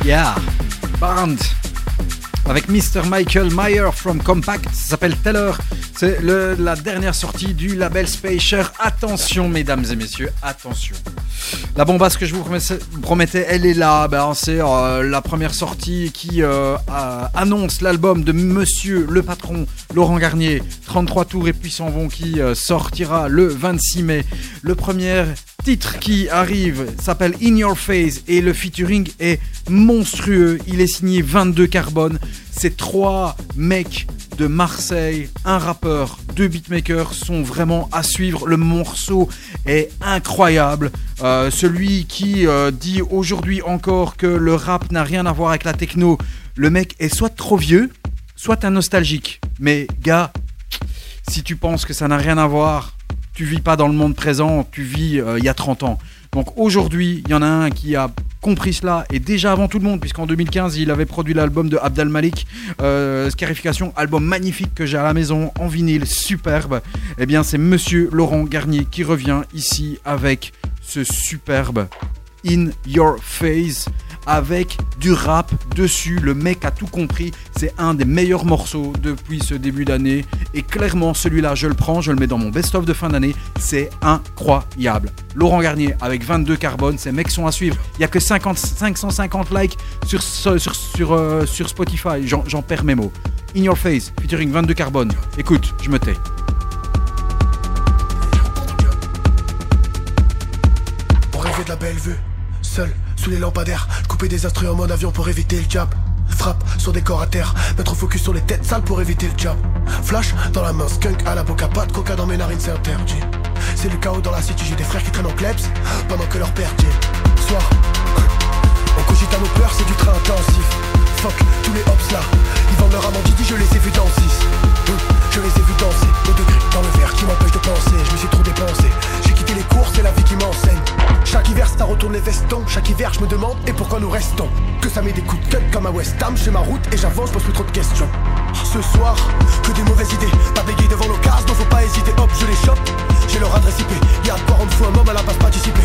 Yeah, Band avec mister Michael Meyer from Compact, ça s'appelle Taylor. C'est le, la dernière sortie du label Spacer. Attention mesdames et messieurs, attention. La bombasse que je vous promettais, elle est là. Ben, c'est euh, la première sortie qui euh, a, annonce l'album de Monsieur le Patron, Laurent Garnier, trente-trois tours et puis s'en vont, qui euh, sortira le vingt-six mai. Le premier titre qui arrive s'appelle In Your Face et le featuring est monstrueux. Il est signé vingt-deux Carbone. Ces trois mecs de Marseille, un rappeur, deux beatmakers sont vraiment à suivre. Le morceau est incroyable. Euh, celui qui euh, dit aujourd'hui encore que le rap n'a rien à voir avec la techno, le mec est soit trop vieux, soit un nostalgique. Mais gars, si tu penses que ça n'a rien à voir, tu vis pas dans le monde présent, tu vis euh, il y a trente ans. Donc aujourd'hui, il y en a un qui a compris cela, et déjà avant tout le monde, puisqu'en deux mille quinze, il avait produit l'album de Abdel Malik, euh, Scarification, album magnifique que j'ai à la maison, en vinyle, superbe. Eh bien, c'est Monsieur Laurent Garnier qui revient ici avec ce superbe In Your Face, avec du rap dessus. Le mec a tout compris, c'est un des meilleurs morceaux depuis ce début d'année, et clairement celui-là je le prends, je le mets dans mon best-of de fin d'année, c'est incroyable. Laurent Garnier avec vingt-deux Carbone, ces mecs sont à suivre. Il n'y a que cinquante, cinq cent cinquante likes sur, sur, sur, sur, euh, sur Spotify, j'en, j'en perds mes mots. In Your Face, featuring vingt-deux Carbone. Écoute, je me tais. On rêvait de la belle vue, seul sous les lampadaires, couper des instruments en mode avion pour éviter le jab. Frappe sur des corps à terre, mettre focus sur les têtes sales pour éviter le jab. Flash dans la main, skunk à la boca, pas de coca dans mes narines, c'est interdit. C'est le chaos dans la city, j'ai des frères qui traînent en klebs pendant que leur père dit. Soir, on cogite à nos peurs, c'est du train intensif. Fuck tous les hops là, ils vendent leur amant, dit je les ai vus dans six. Je les ai vus danser, le degré dans le verre qui m'empêche de penser. Je me suis trop dépensé, j'ai quitté les cours, c'est la vie qui m'enseigne. Chaque hiver ça retourne les vestons, chaque hiver je me demande et pourquoi nous restons. Que ça met des coups de cut comme à West Ham, j'ai ma route et j'avance, je pose plus trop de questions. Ce soir, que des mauvaises idées, pas bégayer devant l'occasion, donc faut pas hésiter, hop je les chope. J'ai leur adresse I P, y'a de quoi rendre fou un homme à la base participer.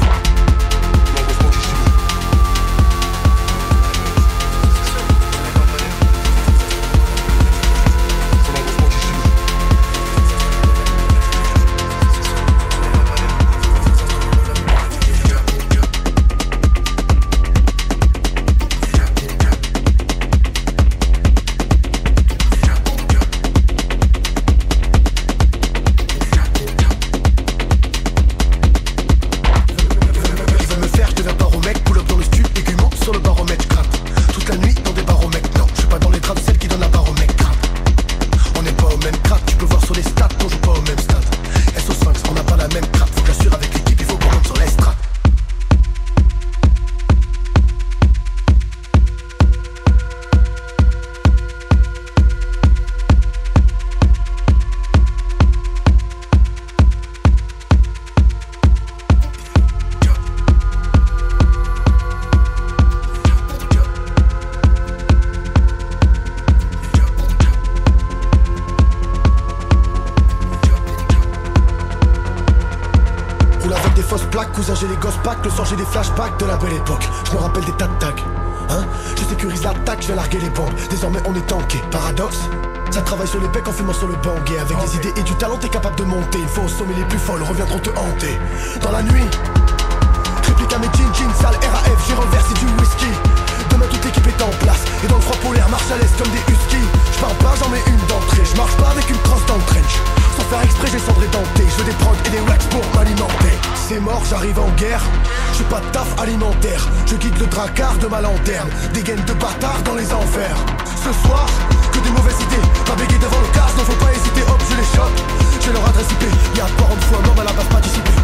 J'ai les gosses packs, le soir j'ai des flashbacks de la belle époque. Je me rappelle des tas de tags, hein. Je sécurise l'attaque, je vais larguer les bombes. Désormais on est tanké, paradoxe. Ça travaille sur les becs en fumant sur le bangé. Avec des idées et du talent t'es capable de monter. Une fois au sommet les plus folles reviendront te hanter. Dans la nuit, réplique à mes jeans, jeans sales, R A F, j'ai renversé du whisky. Demain toute l'équipe est en place, et dans le froid polaire marche à l'aise comme des huskies. Je parle pas, j'en mets une d'entrée. Je marche pas avec une crosse dans le trench. Sans faire exprès j'ai cendré denté. Je veux des prods et des wax pour m'alimenter. C'est mort, j'arrive en guerre. J'ai pas de taf alimentaire. Je guide le dracard de ma lanterne. Des gaines de bâtards dans les enfers. Ce soir, que des mauvaises idées. Pas bégayer devant le casse, non faut pas hésiter. Hop, je les chope. J'ai leur adresse I P. Y'a de quoi rendre fou un homme à la base participer.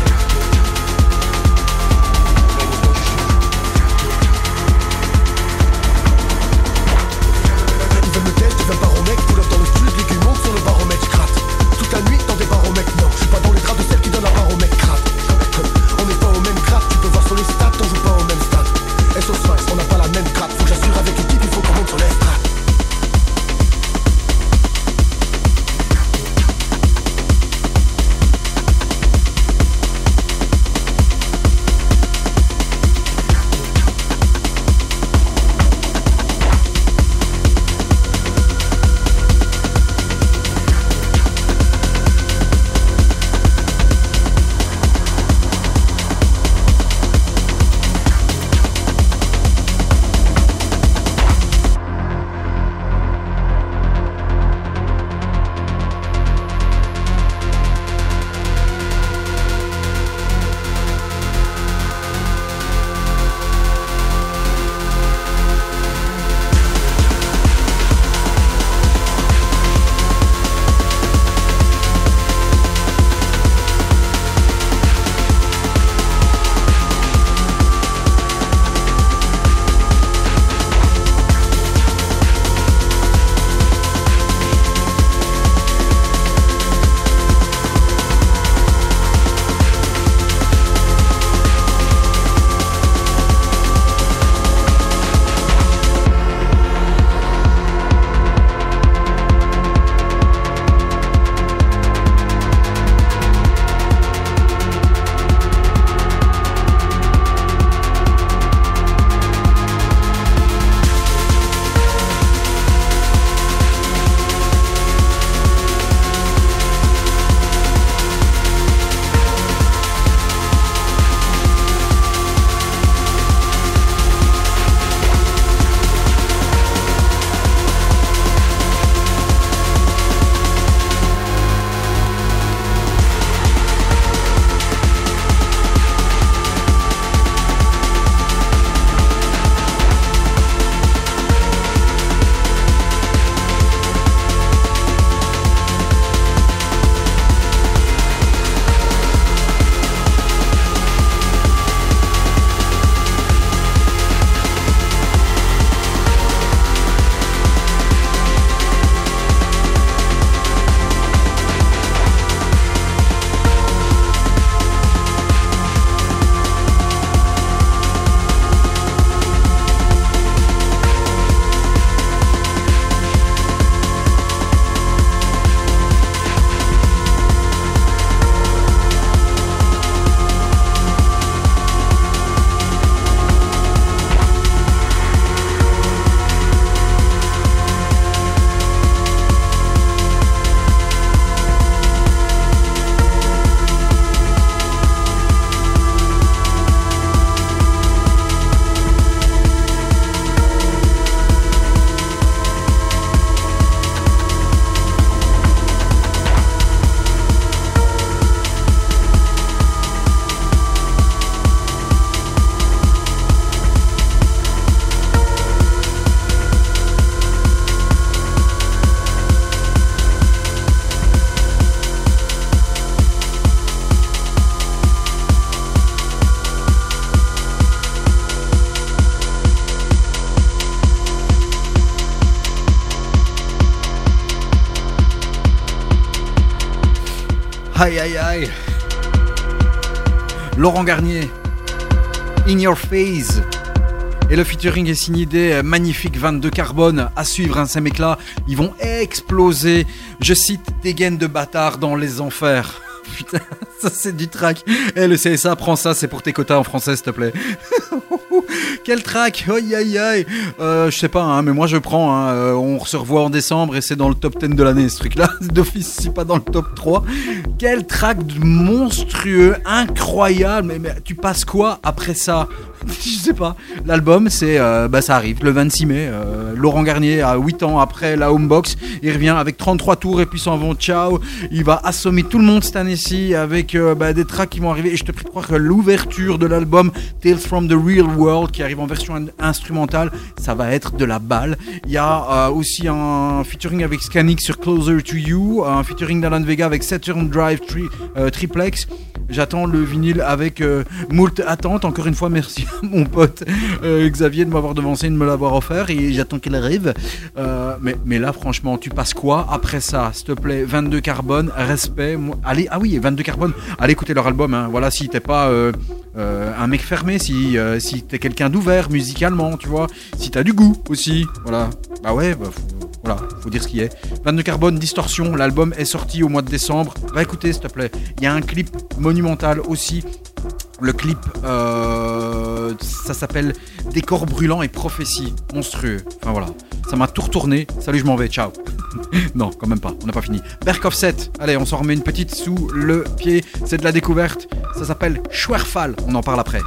Ils veulent me test, ils veulent pas au mec. Pull up dans le studio, l'aiguille monte sur le baromètre, je gratte. Toute la nuit dans des baromètres, non. Je suis pas dans les draps de celle qui donne la baromètre, crate. On n'est pas au même grade, tu peux voir sur les stats, on joue pas au même stade. S O Sphinx, on n'a pas la même crate. Faut que j'assure avec l'équipe, il faut qu'on monte sur les strates. Aïe aïe aïe. Laurent Garnier, In Your Face. Et le featuring est signé des magnifiques vingt-deux Carbone. À suivre, hein, ces mecs-là, ils vont exploser. Je cite, des gaines de bâtards dans les enfers. Putain, ça c'est du track. Eh, le C S A, prends ça, c'est pour tes quotas en français, s'il te plaît. Quel track, aïe aïe aïe. Euh, je sais pas, hein, mais moi je prends. Hein, euh, on se revoit en décembre et c'est dans le top dix de l'année, ce truc-là. D'office, si pas dans le top trois. Quel track monstrueux, incroyable. Mais, mais tu passes quoi après ça? Je sais pas. L'album, c'est, euh, bah, ça arrive le vingt-six mai. Euh, Laurent Garnier, à huit ans après la Homebox, il revient avec trente-trois tours et puis s'en vont. Ciao. Il va assommer tout le monde cette année-ci avec euh, bah, des tracks qui vont arriver. Et je te prie de croire que l'ouverture de l'album Tales from the Real World, qui arrive en version in- instrumentale, ça va être de la balle. Il y a euh, aussi un featuring avec Scanix sur Closer to You, un featuring d'Alan Vega avec Saturn Drive tri- euh, Triplex. J'attends le vinyle avec euh, moult attente. Encore une fois, merci à mon pote euh, Xavier de m'avoir devancé et de me l'avoir offert. Et j'attends qu'il arrive. Euh, mais, mais là, franchement, tu passes quoi après ça? S'il te plaît, vingt-deux Carbone, respect. Moi, allez, ah oui, vingt-deux Carbone, allez écouter leur album. Hein. Voilà, si t'es pas euh, euh, un mec fermé, si, euh, si t'es quelqu'un d'ouvert musicalement, tu vois. Si t'as du goût aussi. Voilà. Bah ouais, bah, faut, voilà, faut dire ce qui est. vingt-deux Carbone, Distorsion, l'album est sorti au mois de décembre. Va écouter, s'il te plaît. Il y a un clip monumental aussi. Le clip, euh, ça s'appelle Décor brûlant et prophétie. Monstrueux. Enfin voilà, ça m'a tout retourné. Salut, je m'en vais, ciao. Non, quand même pas, on n'a pas fini. Berk Offset, allez, on s'en remet une petite sous le pied. C'est de la découverte. Ça s'appelle Schwerfall. On en parle après.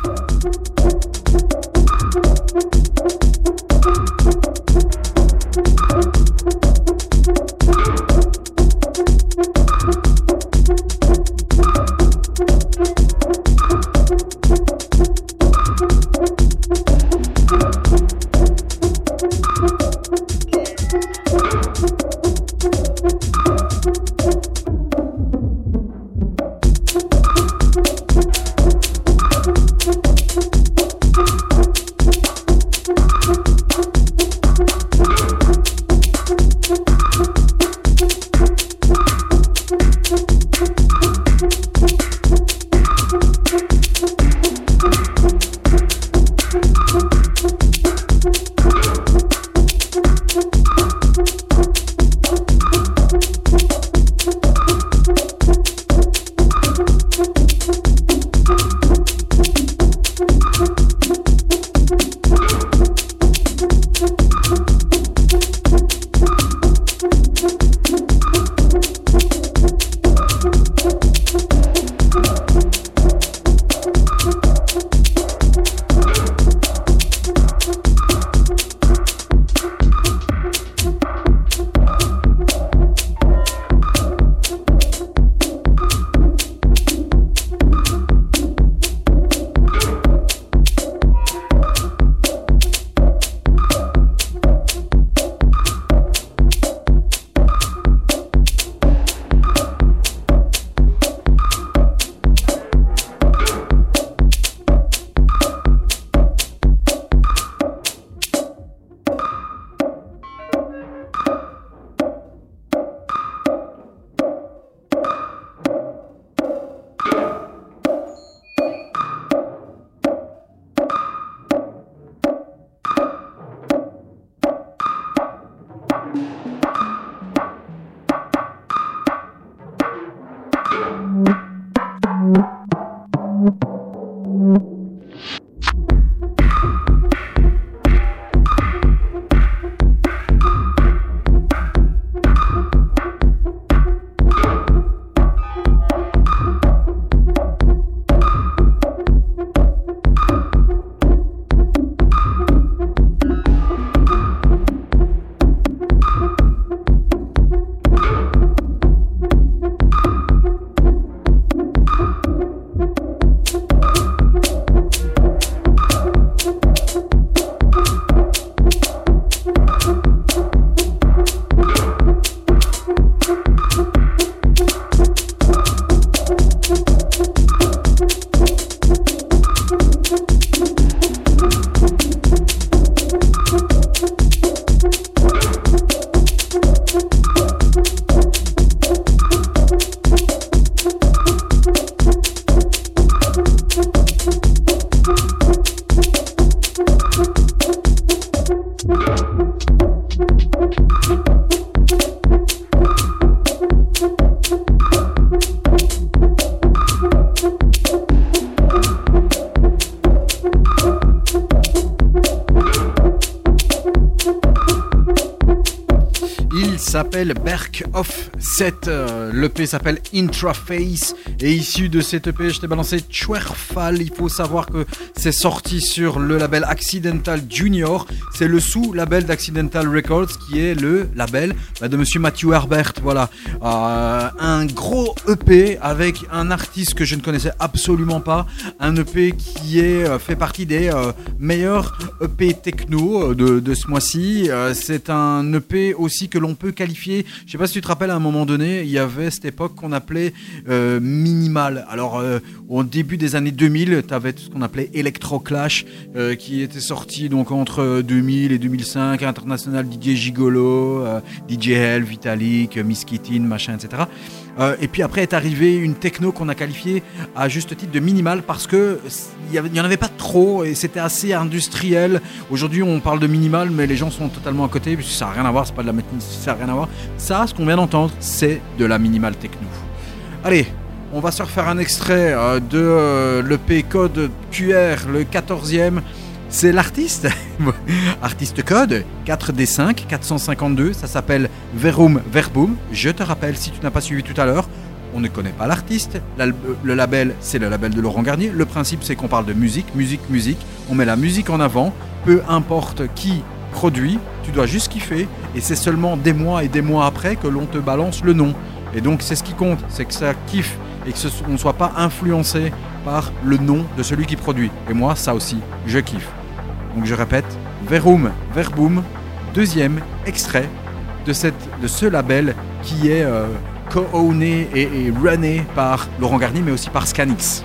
s'appelle Berk Offset. Euh, L'E P s'appelle Intraface. Et issu de cet E P, je t'ai balancé Twerfal. Il faut savoir que c'est sorti sur le label Accidental Junior. C'est le sous-label d'Accidental Records qui est le label bah, de monsieur Matthew Herbert. Voilà. Euh, un gros E P avec un artiste que je ne connaissais absolument pas. Un E P qui est, euh, fait partie des euh, meilleurs E P techno de, de ce mois-ci. Euh, c'est un E P aussi que l'on peut qualifier, je sais pas si tu te rappelles, à un moment donné, il y avait cette époque qu'on appelait euh, minimal. Alors euh, au début des années deux mille, tu avais ce qu'on appelait Electro Clash euh, qui était sorti donc entre deux mille et deux mille cinq, International D J Gigolo, euh, D J Hell, Vitalik, Miss Kittin, machin, et cetera. Euh, et puis après est arrivée une techno qu'on a qualifiée à juste titre de minimal parce que il n'y en avait pas trop et c'était assez industriel. Aujourd'hui on parle de minimal mais les gens sont totalement à côté puisque ça n'a rien à voir, c'est pas de la ça n'a rien à voir. Ça, ce qu'on vient d'entendre, c'est de la minimal techno. Allez, on va se refaire un extrait euh, de euh, l'E P Code Q R, le quatorzième. C'est l'artiste, artiste code quatre D cinq quatre cent cinquante-deux, ça s'appelle Verum Verbum. Je te rappelle, si tu n'as pas suivi tout à l'heure, on ne connaît pas l'artiste, le label c'est le label de Laurent Garnier. Le principe c'est qu'on parle de musique, musique, musique, on met la musique en avant, peu importe qui produit, tu dois juste kiffer et c'est seulement des mois et des mois après que l'on te balance le nom. Et donc c'est ce qui compte, c'est que ça kiffe et qu'on ne soit pas influencé par le nom de celui qui produit. Et moi ça aussi, je kiffe. Donc je répète, Verum Verbum, deuxième extrait de, cette, de ce label qui est euh, co-owné et, et runné par Laurent Garnier mais aussi par Scanix.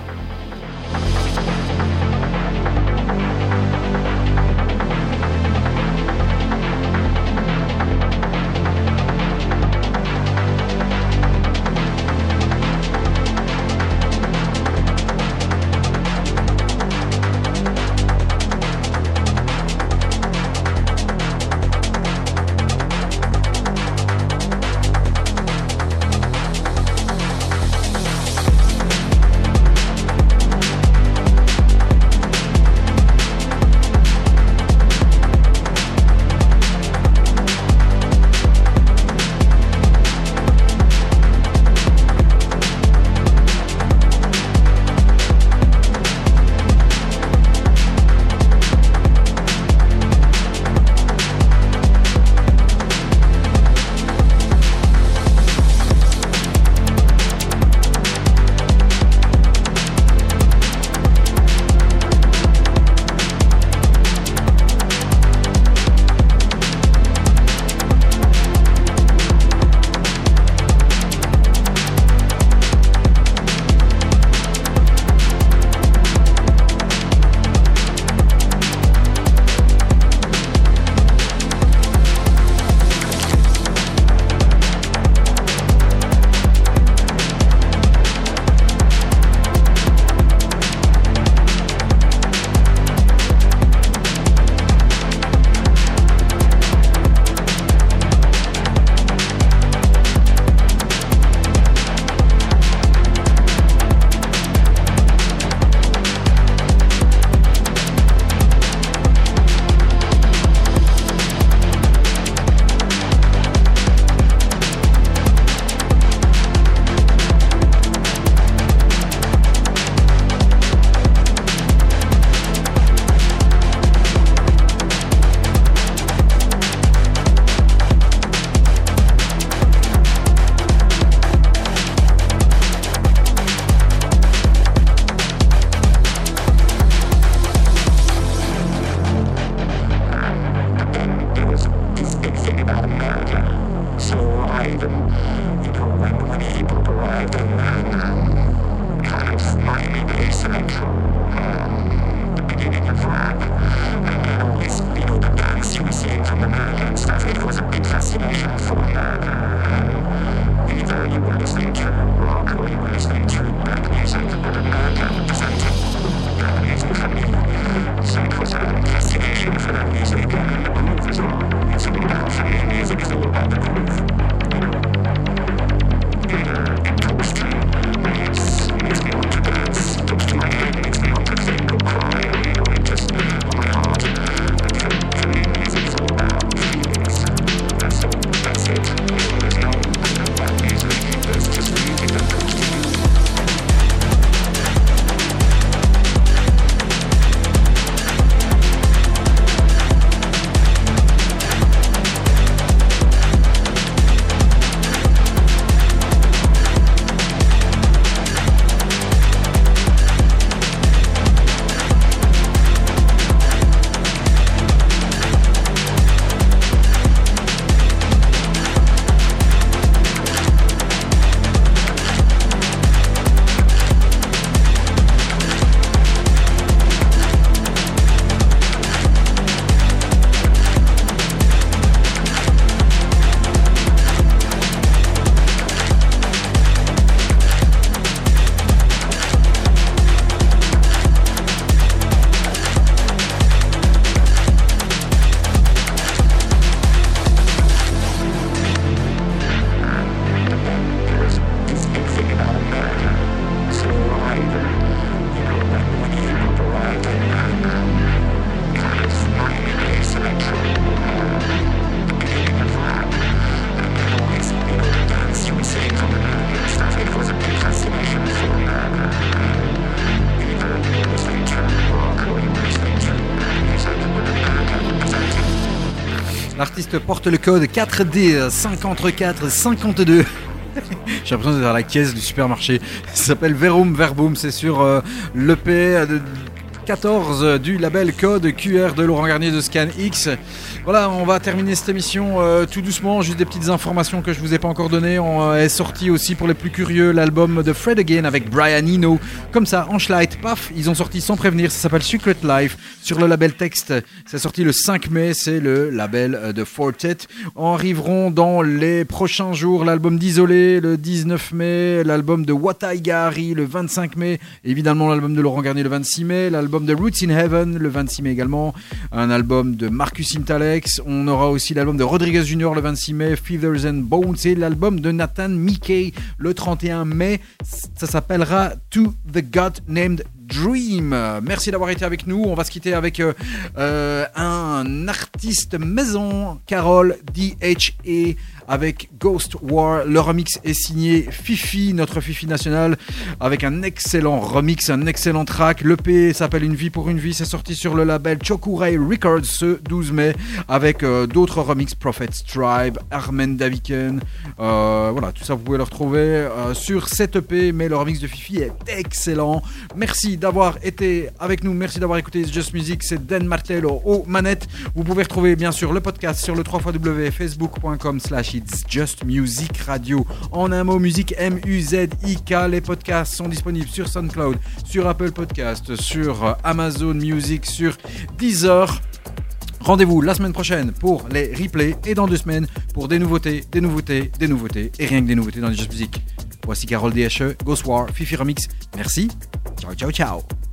L'artiste porte le code quatre D cinquante-quatre cinquante-deux. J'ai l'impression d'être à la caisse du supermarché. Ça s'appelle Verum Verbum. C'est sur euh, l'E P de quatorze du label Code Q R de Laurent Garnier de Scan X. Voilà, on va terminer cette émission euh, tout doucement. Juste des petites informations que je vous ai pas encore données. On euh, est sorti aussi pour les plus curieux l'album de Fred Again avec Brian Eno. Comme ça, en schlight, paf, ils ont sorti sans prévenir. Ça s'appelle Secret Life sur le label Text. C'est sorti le cinq mai. C'est le label euh, de Fortet. On arriveront dans les prochains jours l'album d'Isolé le dix-neuf mai, l'album de Wataigari le vingt-cinq mai, évidemment l'album de Laurent Garnier le vingt-six mai, l'album de Roots in Heaven le vingt-six mai également, un album de Marcus Intalex. On aura aussi l'album de Rodriguez Junior le vingt-six mai, Feathers and Bones, et l'album de Nathan Mickey le trente et un mai. Ça s'appellera To the God Named Dream. Merci d'avoir été avec nous. On va se quitter avec euh, euh, un artiste maison, Carol D H A, avec Ghost War. Le remix est signé Fifi, notre Fifi national, avec un excellent remix, un excellent track. L'E P s'appelle Une vie pour une vie. C'est sorti sur le label Chokurai Records ce douze mai, avec euh, d'autres remix, Prophet's Tribe, Armen Daviken. Euh, voilà, tout ça vous pouvez le retrouver euh, sur cette E P, mais le remix de Fifi est excellent. Merci d'avoir été avec nous, merci d'avoir écouté It's Just Music. C'est Dan Martello aux manettes. Vous pouvez retrouver bien sûr le podcast sur le w w w point facebook point com slash It's Just Music Radio. En un mot, musique M U Z I K. Les podcasts sont disponibles sur SoundCloud, sur Apple Podcast, sur Amazon Music, sur Deezer. Rendez-vous la semaine prochaine pour les replays et dans deux semaines pour des nouveautés, des nouveautés, des nouveautés et rien que des nouveautés dans les Just Music. Voici Carol D H E, Ghost War, Fifi Remix. Merci. Ciao, ciao, ciao.